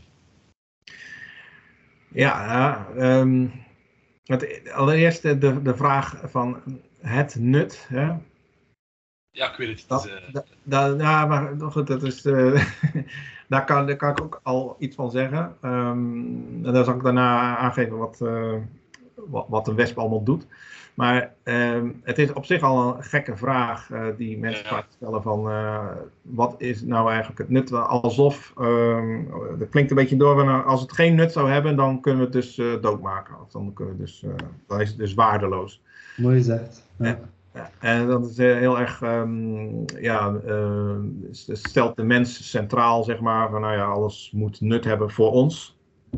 Speaker 3: Ja, um, het, allereerst de, de vraag van het nut. Hè?
Speaker 1: Ja, ik weet het.
Speaker 3: Dat,
Speaker 1: het is, uh,
Speaker 3: da, da, ja, maar goed, dat is, uh, daar, kan, daar kan ik ook al iets van zeggen. Um, en dan zal ik daarna aangeven wat, uh, wat, wat een wesp allemaal doet. Maar um, het is op zich al een gekke vraag uh, die mensen
Speaker 1: Ja.
Speaker 3: vaak stellen van uh, wat is nou eigenlijk het nut? Alsof, um, dat klinkt een beetje door, van, als het geen nut zou hebben, dan kunnen we het dus uh, doodmaken. Of dan, kunnen we dus, uh, dan is het dus waardeloos.
Speaker 4: Mooi gezegd. Ja.
Speaker 3: Ja. Ja, en dat is uh, heel erg, um, ja, uh, stelt de mens centraal, zeg maar, van nou ja, alles moet nut hebben voor ons.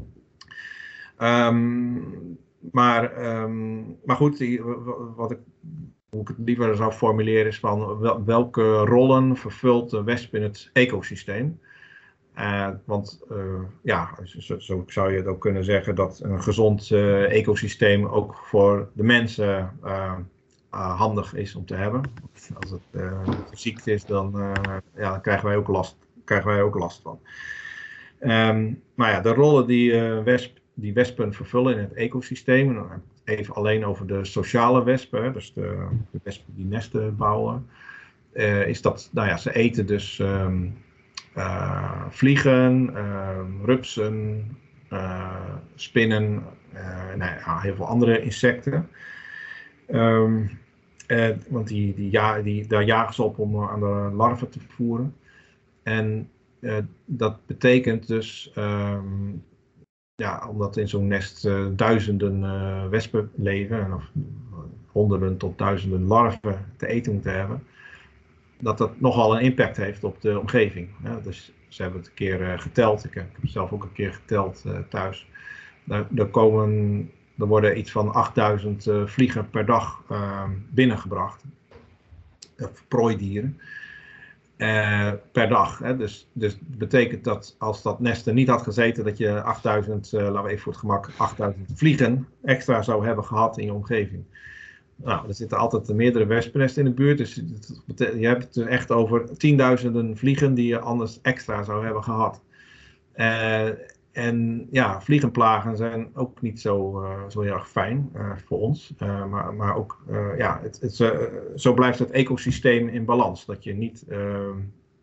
Speaker 3: Um, maar, um, maar goed, die, wat ik, hoe ik het liever zou formuleren is van wel, welke rollen vervult de wesp in het ecosysteem? Uh, want uh, ja, zo, zo zou je het ook kunnen zeggen dat een gezond uh, ecosysteem ook voor de mensen uh, Uh, handig is om te hebben. Als het uh, verziekt is, dan, uh, ja, dan krijgen wij ook last, krijgen wij ook last van. Um, maar ja, de rollen die, uh, wesp, die wespen vervullen in het ecosysteem, dan even alleen over de sociale wespen, dus de, de wespen die nesten bouwen, uh, is dat, nou ja, ze eten dus um, uh, vliegen, uh, rupsen, uh, spinnen, uh, nou ja, heel veel andere insecten. Um, eh, want die, die, ja, die, daar jagen ze op om uh, aan de larven te vervoeren. En uh, dat betekent dus, um, ja, omdat in zo'n nest uh, duizenden uh, wespen leven, of honderden tot duizenden larven te eten moeten hebben, dat dat nogal een impact heeft op de omgeving. Ja, dus ze hebben het een keer uh, geteld, ik heb, ik heb zelf ook een keer geteld uh, thuis. Daar, daar komen... Er worden iets van achtduizend uh, vliegen per dag uh, binnengebracht. Uh, prooidieren. Uh, per dag. Hè. Dus, dus dat betekent dat als dat nest er niet had gezeten, dat je achtduizend, uh, laten we even voor het gemak, achtduizend vliegen extra zou hebben gehad in je omgeving. Nou, er zitten altijd meerdere wespennesten in de buurt. Dus je hebt het echt over tienduizenden vliegen die je anders extra zou hebben gehad. Uh, En ja, vliegenplagen zijn ook niet zo, uh, zo heel erg fijn uh, voor ons. Uh, maar, maar ook, uh, ja, het, het, uh, zo blijft het ecosysteem in balans. Dat je niet uh,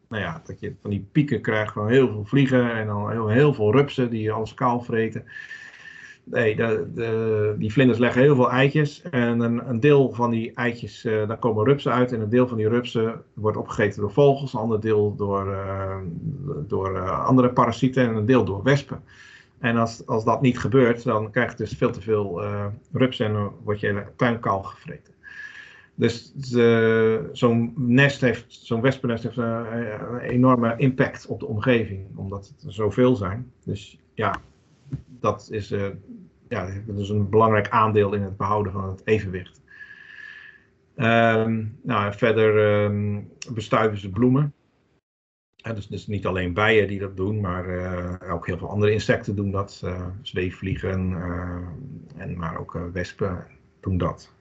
Speaker 3: nou ja, dat je van die pieken krijgt van heel veel vliegen en dan heel, heel veel rupsen die alles kaal vreten. Nee, de, de, die vlinders leggen heel veel eitjes en een, een deel van die eitjes, uh, daar komen rupsen uit en een deel van die rupsen wordt opgegeten door vogels, een ander deel door, uh, door uh, andere parasieten en een deel door wespen. En als, als dat niet gebeurt, dan krijg je dus veel te veel uh, rupsen en dan word je hele tuin kaal gevreten. Dus zo'n nest heeft, zo'n wespennest heeft een, een enorme impact op de omgeving, omdat het er zoveel zijn. Dus ja, dat is, uh, ja, dat is een belangrijk aandeel in het behouden van het evenwicht. Um, nou, verder um, bestuiven ze bloemen. Ja, dus, dus niet alleen bijen die dat doen, maar uh, ook heel veel andere insecten doen dat. Uh, zweefvliegen, uh, en, maar ook uh, wespen doen dat.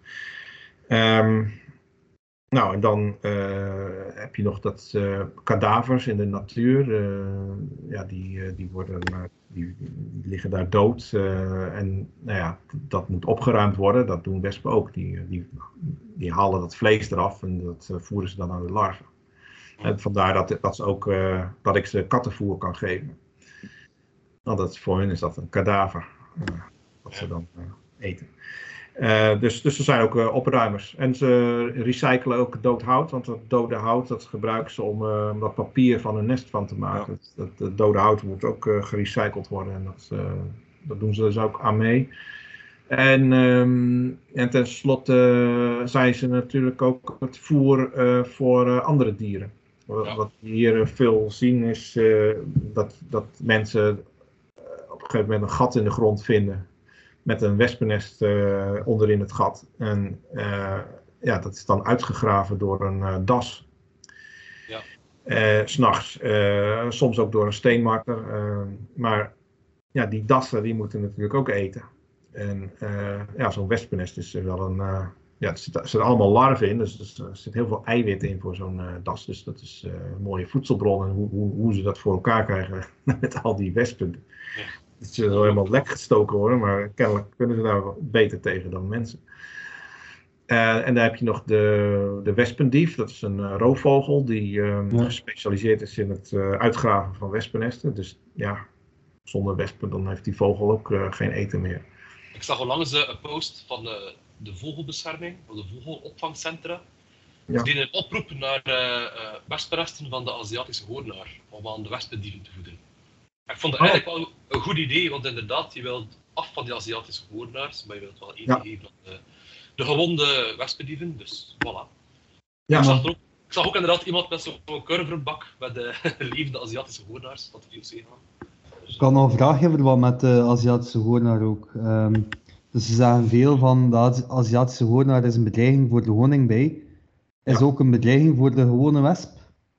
Speaker 3: Um, nou, en dan uh, heb je nog dat uh, kadavers in de natuur, uh, ja, die, uh, die, worden, uh, die, die liggen daar dood. Uh, en nou ja, dat moet opgeruimd worden, dat doen wespen ook. Die, die, die halen dat vlees eraf en dat uh, voeren ze dan aan de larven. En vandaar dat, dat, ze ook, uh, dat ik ze kattenvoer kan geven. Want dat, voor hen is dat een kadaver, uh, dat ze dan uh, eten. Uh, dus, dus er zijn ook uh, opruimers. En ze recyclen ook dood hout, want dat dode hout dat gebruiken ze om uh, dat papier van een nest van te maken. Ja. Dat, dat, dat dode hout moet ook uh, gerecycled worden en dat, uh, dat doen ze dus ook aan mee. En, um, en tenslotte uh, zijn ze natuurlijk ook het voer uh, voor uh, andere dieren. Ja. Wat we hier veel zien is uh, dat, dat mensen uh, op een gegeven moment een gat in de grond vinden. Met een wespennest uh, onderin het gat. En uh, ja, dat is dan uitgegraven door een uh, das. Ja. Uh, 's nachts. Uh, soms ook door een steenmarter. Uh, maar ja, die dassen die moeten natuurlijk ook eten. En uh, ja, zo'n wespennest is wel een... Uh, ja, er zitten zit allemaal larven in. Dus, dus er zit heel veel eiwit in voor zo'n uh, das. Dus dat is uh, een mooie voedselbron. En hoe, hoe, hoe ze dat voor elkaar krijgen met al die wespen. Ja. Het is wel helemaal lek gestoken worden, maar kennelijk kunnen ze daar beter tegen dan mensen. Uh, en dan heb je nog de, de wespendief, dat is een uh, roofvogel die um, ja. gespecialiseerd is in het uh, uitgraven van wespennesten. Dus ja, zonder wespen dan heeft die vogel ook uh, geen eten meer.
Speaker 1: Ik zag onlangs uh, een post van de, de vogelbescherming, van de vogelopvangcentra. Ja. Die een oproep naar uh, uh, wespennesten van de Aziatische hoornaar om aan de wespendieven te voeden. Ik vond het eigenlijk wel een goed idee, want inderdaad, je wilt af van die Aziatische hoornaars, maar je wilt wel eten ja. geven aan de, de gewonde wespendieven, dus voilà. Ja, ik, zag ook, ik zag ook inderdaad iemand met zo'n curverbak met de levende Aziatische hoornaars, dat de V O C gaan. Dus,
Speaker 4: ik kan nog een vraag hebben wat met de Aziatische hoornaar ook. Um, dus ze zeggen veel van de Aziatische hoornaar is een bedreiging voor de honingbij. Is ja. ook een bedreiging voor de gewone wesp?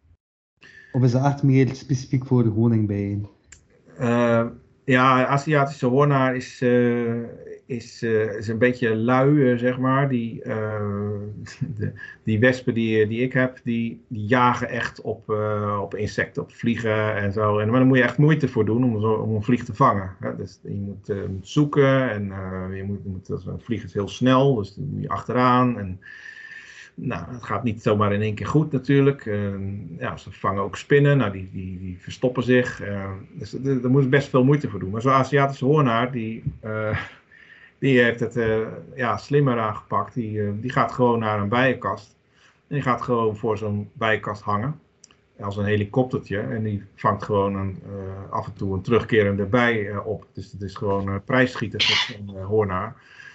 Speaker 4: Of is het echt meer specifiek voor de honingbijen?
Speaker 3: Uh, ja, Aziatische hoornaar is, uh, is, uh, is een beetje lui, uh, zeg maar. Die, uh, de, die wespen die, die ik heb, die, die jagen echt op, uh, op insecten, op vliegen en zo. En, maar daar moet je echt moeite voor doen om, zo, om een vlieg te vangen. Hè? Dus je moet, uh, moet zoeken en uh, je moet, je moet, een vlieg is heel snel, dus dan moet je achteraan. En, nou, het gaat niet zomaar in één keer goed natuurlijk. Uh, ja, ze vangen ook spinnen, nou, die, die, die verstoppen zich. Uh, dus daar moet je best veel moeite voor doen. Maar zo'n Aziatische hoornaar, die, uh, die heeft het uh, ja, slimmer aangepakt. Die, uh, die gaat gewoon naar een bijenkast. En die gaat gewoon voor zo'n bijenkast hangen. Als een helikoptertje. En die vangt gewoon een, uh, af en toe een terugkerende bij uh, op. Dus het is gewoon uh, prijsschieten voor zo'n uh, hoornaar.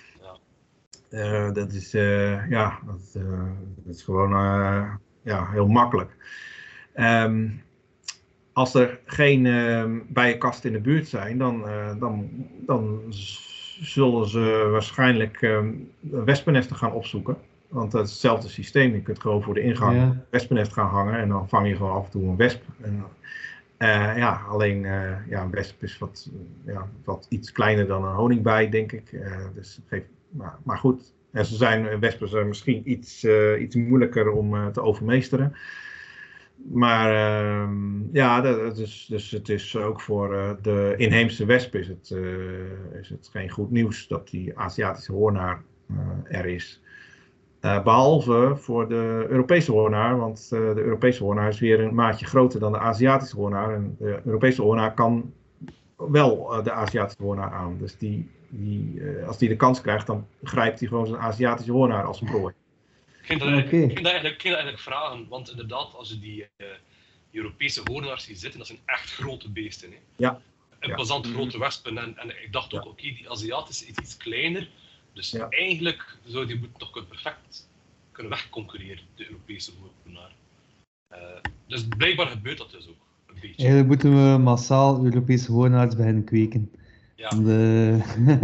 Speaker 3: Uh, dat, is, uh, ja, dat, uh, dat is gewoon uh, ja, heel makkelijk. Um, als er geen uh, bijenkasten in de buurt zijn, dan, uh, dan, dan zullen ze waarschijnlijk uh, wespennesten gaan opzoeken. Want dat is hetzelfde systeem. Je kunt gewoon voor de ingang ja. een wespennest gaan hangen en dan vang je gewoon af en toe een wesp. En, uh, ja, alleen uh, ja, een wesp is wat, ja, wat iets kleiner dan een honingbij, denk ik. Uh, dus het geeft Maar, maar goed, en ze zijn, wespen zijn misschien iets, uh, iets moeilijker om uh, te overmeesteren. Maar uh, ja, dat is, dus het is ook voor uh, de inheemse wesp is het, uh, is het geen goed nieuws dat die Aziatische hoornaar uh, er is. Uh, behalve voor de Europese hoornaar, want uh, de Europese hoornaar is weer een maatje groter dan de Aziatische hoornaar. En de Europese hoornaar kan wel uh, de Aziatische hoornaar aan. Dus die, die, uh, als die de kans krijgt, dan grijpt hij gewoon zijn Aziatische hoornaar als prooi.
Speaker 1: Ik ging dat eigenlijk, okay. eigenlijk, eigenlijk vragen, want inderdaad, als je die uh, Europese hoornaars ziet zitten, dat zijn echt grote beesten. Hè?
Speaker 3: Ja.
Speaker 1: Imposant
Speaker 3: ja.
Speaker 1: grote wespen. En, en ik dacht ook, ja. oké, okay, die Aziatische is iets kleiner. Dus ja. eigenlijk zou die toch perfect kunnen wegconcurreren, de Europese hoornaar. Uh, dus blijkbaar gebeurt dat dus ook een beetje.
Speaker 4: Eigenlijk moeten we massaal Europese hoornaars beginnen kweken.
Speaker 1: Ja.
Speaker 4: De...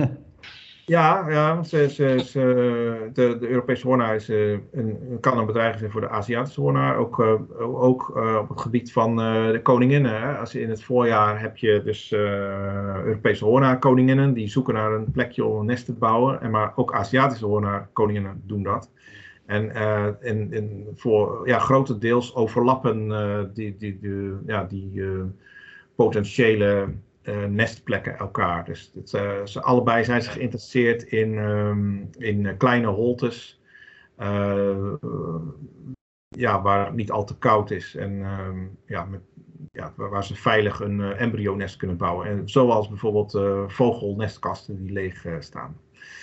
Speaker 3: ja, ja ze, ze, ze, de, de Europese hoornaar is, uh, een, kan een bedreiging zijn voor de Aziatische hoornaar. Ook, uh, ook uh, op het gebied van uh, de koninginnen. Hè. Als je in het voorjaar heb je dus uh, Europese hoornaarkoninginnen. Die zoeken naar een plekje om een nest te bouwen. En maar ook Aziatische hoornaarkoninginnen doen dat. En, uh, en, en voor ja, grotendeels overlappen uh, die, die, die, ja, die uh, potentiële uh, nestplekken elkaar. Dus het, uh, ze allebei zijn ze geïnteresseerd in, um, in uh, kleine holtes. Uh, uh, ja, waar het niet al te koud is. En um, ja, met, ja, waar ze veilig een uh, embryonest kunnen bouwen. En zoals bijvoorbeeld uh, vogelnestkasten die leeg uh, staan.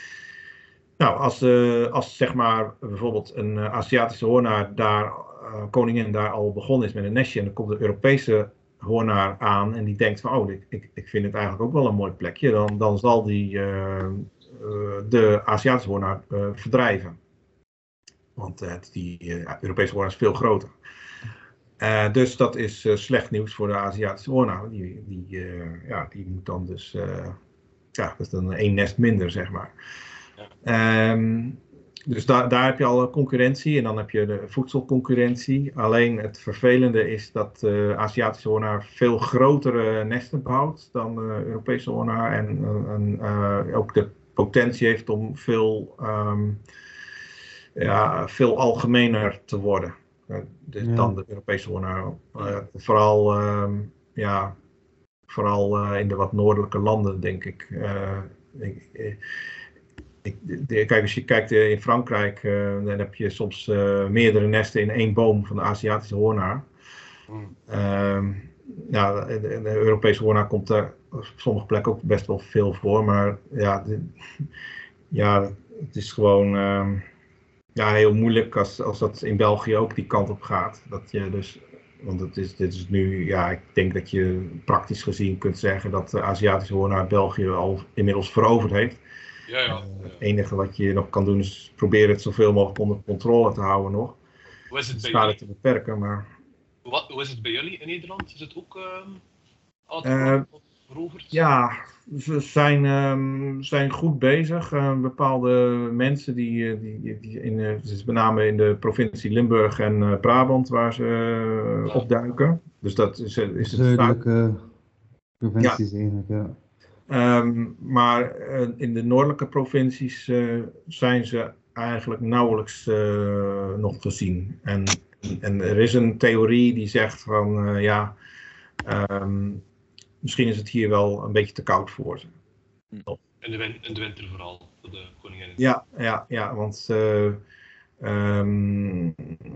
Speaker 3: Nou, als, uh, als zeg maar bijvoorbeeld een uh, Aziatische hoornaar daar, uh, koningin daar al begonnen is met een nestje en dan komt de Europese hoornaar aan en die denkt van, oh, ik, ik vind het eigenlijk ook wel een mooi plekje, dan, dan zal die uh, uh, de Aziatische hoornaar uh, verdrijven. Want uh, die uh, Europese hoornaar is veel groter. Uh, dus dat is uh, slecht nieuws voor de Aziatische hoornaar. Die, die, uh, ja, die moet dan dus, uh, ja, dat is dan één nest minder, zeg maar. Ja. Um, dus da daar heb je al concurrentie en dan heb je de voedselconcurrentie. Alleen het vervelende is dat de uh, Aziatische hoornaar veel grotere nesten bouwt dan de Europese hoornaar. En, uh, en uh, ook de potentie heeft om veel, um, ja, veel algemener te worden uh, dus ja. dan de Europese hoornaar. Uh, vooral um, ja, vooral uh, in de wat noordelijke landen, denk ik. Uh, ik, ik Ik, de, kijk, als je kijkt uh, in Frankrijk, uh, dan heb je soms uh, meerdere nesten in één boom van de Aziatische hoornaar. Mm. Uh, ja, de, de Europese hoornaar komt er op sommige plekken ook best wel veel voor, maar ja, de, ja het is gewoon uh, ja, heel moeilijk als, als dat in België ook die kant op gaat. Dat je dus, want het is, dit is nu, ja, ik denk dat je praktisch gezien kunt zeggen dat de Aziatische hoornaar België al inmiddels veroverd heeft.
Speaker 1: Ja, ja.
Speaker 3: Uh, het enige wat je nog kan doen is proberen het zoveel mogelijk onder controle te houden nog.
Speaker 1: Hoe is het bij
Speaker 3: schade
Speaker 1: jullie?
Speaker 3: te beperken, maar...
Speaker 1: Wat, hoe is het bij jullie in Nederland? Is het ook uh, altijd uh, veroverd?
Speaker 3: Ja, ze zijn, um, zijn goed bezig. Uh, bepaalde mensen die, die, die, die in, uh, dus met name in de provincie Limburg en uh, Brabant waar ze uh, opduiken. Dus dat is, is het
Speaker 4: zuidelijke provincies ja. eigenlijk, ja.
Speaker 3: Um, maar uh, in de noordelijke provincies uh, zijn ze eigenlijk nauwelijks uh, nog te zien. En, en er is een theorie die zegt van uh, ja, um, misschien is het hier wel een beetje te koud voor ze.
Speaker 1: In de, in de winter vooral, voor de koningin.
Speaker 3: Ja, ja, ja, want uh, um,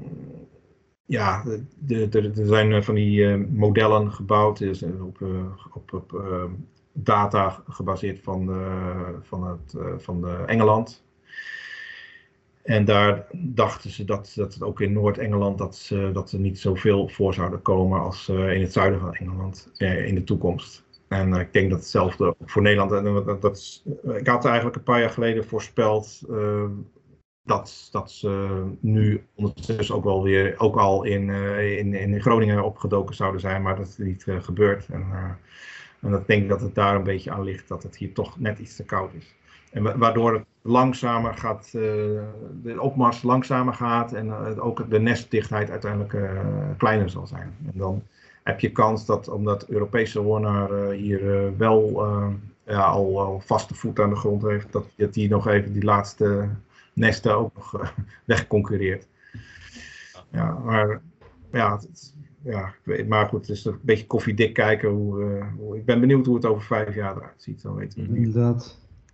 Speaker 3: ja, er zijn van die uh, modellen gebouwd dus op, uh, op, op uh, data gebaseerd van, de, van, het, uh, van de Engeland. En daar dachten ze dat, dat het ook in Noord-Engeland dat, ze, dat er niet zoveel voor zouden komen als uh, in het zuiden van Engeland uh, in de toekomst. En uh, ik denk dat hetzelfde voor Nederland. En dat, dat is, ik had eigenlijk een paar jaar geleden voorspeld uh, dat, dat ze nu ondertussen ook wel weer, ook al in, uh, in, in Groningen opgedoken zouden zijn, maar dat is niet uh, gebeurd. En, uh, en ik denk dat het daar een beetje aan ligt dat het hier toch net iets te koud is. En waardoor het langzamer gaat, uh, de opmars langzamer gaat en uh, ook de nestdichtheid uiteindelijk uh, kleiner zal zijn. En dan heb je kans dat, omdat Europese hoornaar uh, hier uh, wel uh, ja, al, al vaste voet aan de grond heeft, dat, dat die nog even die laatste nesten ook nog uh, wegconcurreert. Ja, maar ja, het, ja, maar goed, het is een beetje koffiedik kijken. Hoe, uh, hoe, ik ben benieuwd hoe het over vijf jaar eruit ziet, dan weten we het.
Speaker 4: Inderdaad.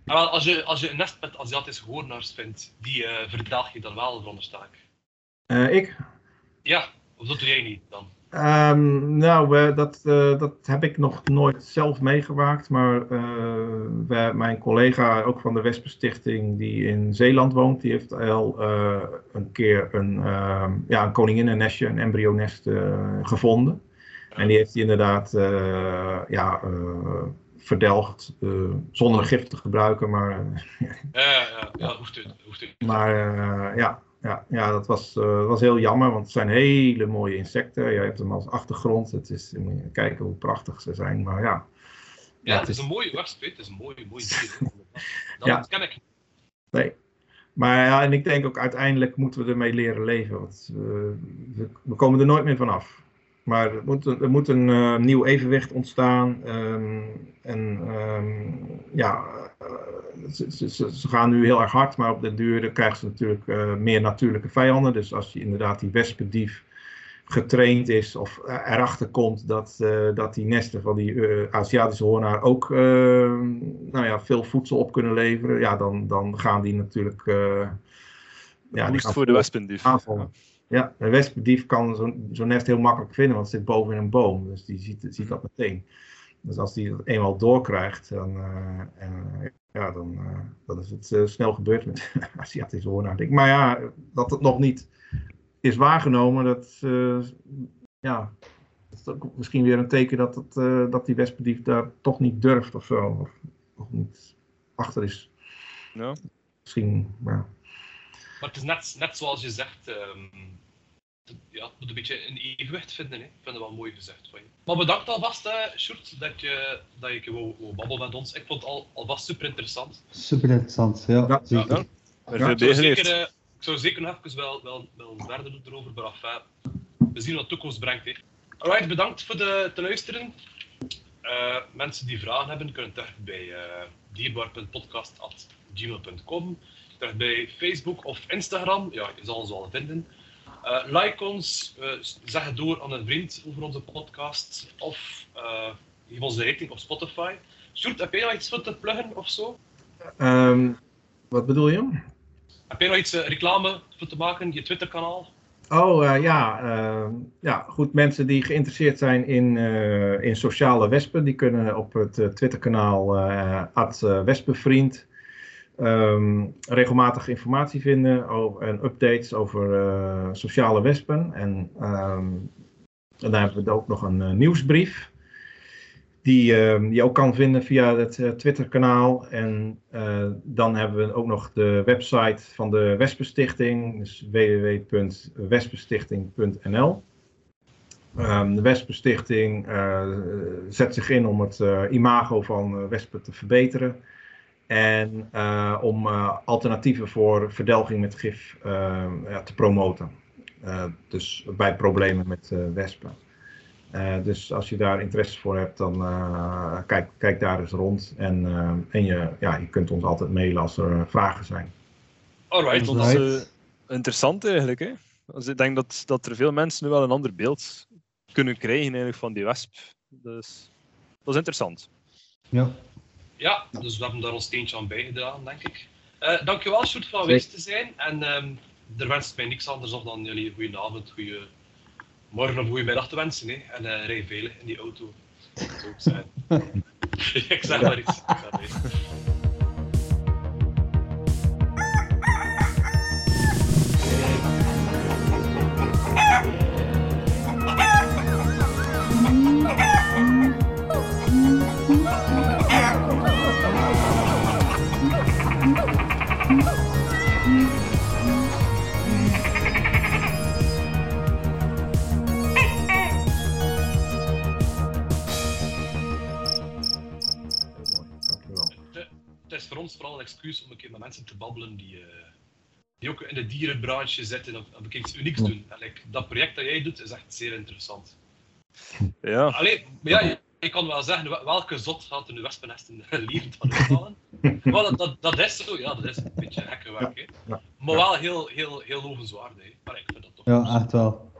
Speaker 1: En wel, als, je, als je een nest met Aziatische hoornaars vindt, die uh, verdaag je dan wel, veronderstel ik.
Speaker 3: Uh, ik?
Speaker 1: Ja, of dat doe jij niet dan?
Speaker 3: Um, nou, uh, dat, uh, dat heb ik nog nooit zelf meegemaakt, maar uh, we, mijn collega, ook van de Wespenstichting, die in Zeeland woont, die heeft al uh, een keer een, uh, ja, een koninginnennestje, een embryonest uh, gevonden. Ja. En die heeft hij inderdaad uh, ja, uh, verdelgd, uh, zonder een gif te gebruiken, maar...
Speaker 1: ja, ja, ja, ja, hoeft het. Hoeft het.
Speaker 3: Maar uh, ja... Ja, ja, dat was, uh, was heel jammer, want het zijn hele mooie insecten. Je hebt hem als achtergrond. Het is, je moet kijken hoe prachtig ze zijn, maar ja.
Speaker 1: Ja, ja het is een mooie wesp, het is een mooi, mooi dier. Dat
Speaker 3: ja.
Speaker 1: ken ik niet.
Speaker 3: Nee. Maar ja, en ik denk ook uiteindelijk moeten we ermee leren leven, want uh, we, we komen er nooit meer vanaf. Maar er moet, er moet een uh, nieuw evenwicht ontstaan. Um, en um, ja, uh, ze, ze, ze gaan nu heel erg hard, maar op den duur krijgen ze natuurlijk uh, meer natuurlijke vijanden. Dus als je inderdaad die wespendief getraind is of erachter komt dat, uh, dat die nesten van die uh, Aziatische hoornaar ook uh, nou ja, veel voedsel op kunnen leveren, ja, dan, dan gaan die natuurlijk uh,
Speaker 2: ja, die gaan voor de wespendief.
Speaker 3: Aanvallen. Ja, een wespendief kan zo'n zo nest heel makkelijk vinden, want het zit boven in een boom. Dus die ziet, ziet dat meteen. Dus als die dat eenmaal doorkrijgt, dan, uh, en, ja, dan, uh, dan is het uh, snel gebeurd met Aziatische hoornaar. Maar ja, dat het nog niet is waargenomen, dat, uh, ja, dat is ook misschien weer een teken dat, het, uh, dat die wespendief daar toch niet durft of zo. Of, of niet achter is.
Speaker 2: Ja.
Speaker 3: Misschien, ja.
Speaker 1: Maar het is net, net zoals je zegt, um, ja, het moet een beetje een evenwicht vinden. Hè. Ik vind het wel mooi gezegd van je. Maar bedankt alvast, uh, Sjoerd, dat je, dat je wou, wou babbelen met ons. Ik vond het al, alvast super interessant.
Speaker 4: Super interessant, ja.
Speaker 3: Ja,
Speaker 4: zeker.
Speaker 2: Ja.
Speaker 3: Ja.
Speaker 1: Ik, zou zeker, uh, ik zou zeker nog even wel, wel, wel verder doen erover, maar enfin, we zien wat de toekomst brengt. Hè. Alright, bedankt voor de, te luisteren. Uh, mensen die vragen hebben, kunnen terecht bij uh, dierbaar punt podcast at gmail punt com. Terecht bij Facebook of Instagram, ja, je zal ons wel vinden. Uh, like ons, uh, zeg het door aan een vriend over onze podcast of uh, geef ons een rating op Spotify. Sjoerd, heb jij nog iets voor te pluggen of zo?
Speaker 3: Um, wat bedoel je?
Speaker 1: Heb jij nog iets uh, reclame voor te maken, je Twitter-kanaal?
Speaker 3: Oh uh, ja, uh, ja, goed. Mensen die geïnteresseerd zijn in, uh, in sociale wespen, die kunnen op het uh, Twitter-kanaal uh, at uh, wespenvriend um, regelmatig informatie vinden over, en updates over uh, sociale wespen. En, um, en daar hebben we ook nog een uh, nieuwsbrief. Die uh, je ook kan vinden via het uh, Twitter-kanaal. En uh, dan hebben we ook nog de website van de Wespenstichting. Dus w w w punt wespenstichting punt n l. Um, de Wespenstichting uh, zet zich in om het uh, imago van uh, wespen te verbeteren. En uh, om uh, alternatieven voor verdelging met gif uh, ja, te promoten. Uh, dus bij problemen met uh, wespen. Uh, dus als je daar interesse voor hebt, dan uh, kijk, kijk daar eens rond. En, uh, en je, ja, je kunt ons altijd mailen als er uh, vragen zijn.
Speaker 2: Alright, dat is uh, interessant eigenlijk. Hè? Dus ik denk dat, dat er veel mensen nu wel een ander beeld kunnen krijgen eigenlijk van die wesp. Dus dat is interessant.
Speaker 4: Ja.
Speaker 1: Ja, dus we hebben daar ons steentje aan bijgedragen, denk ik. Uh, dankjewel, Sjoerd, voor aanwezig te zijn. En um, er wenst mij niks anders of dan jullie een goede avond, goede morgen of goede middag te wensen. Hè. En uh, rij veilig in die auto. Dat zou ik zijn. Ik zeg maar iets. Ik zeg maar iets. Het is voor ons vooral een excuus om een keer met mensen te babbelen die, uh, die ook in de dierenbranche zitten of, of iets unieks doen. En like, dat project dat jij doet is echt zeer interessant.
Speaker 2: Ja.
Speaker 1: Allee, maar ja, je, je kan wel zeggen, welke zot gaat er nu wespennesten levend van uithalen? Maar dat, dat, dat is zo, ja, dat is een beetje gekke werk. Hè. Maar wel heel, heel, heel lovenswaardig. Hè. Maar ik vind dat toch
Speaker 4: Ja, echt wel.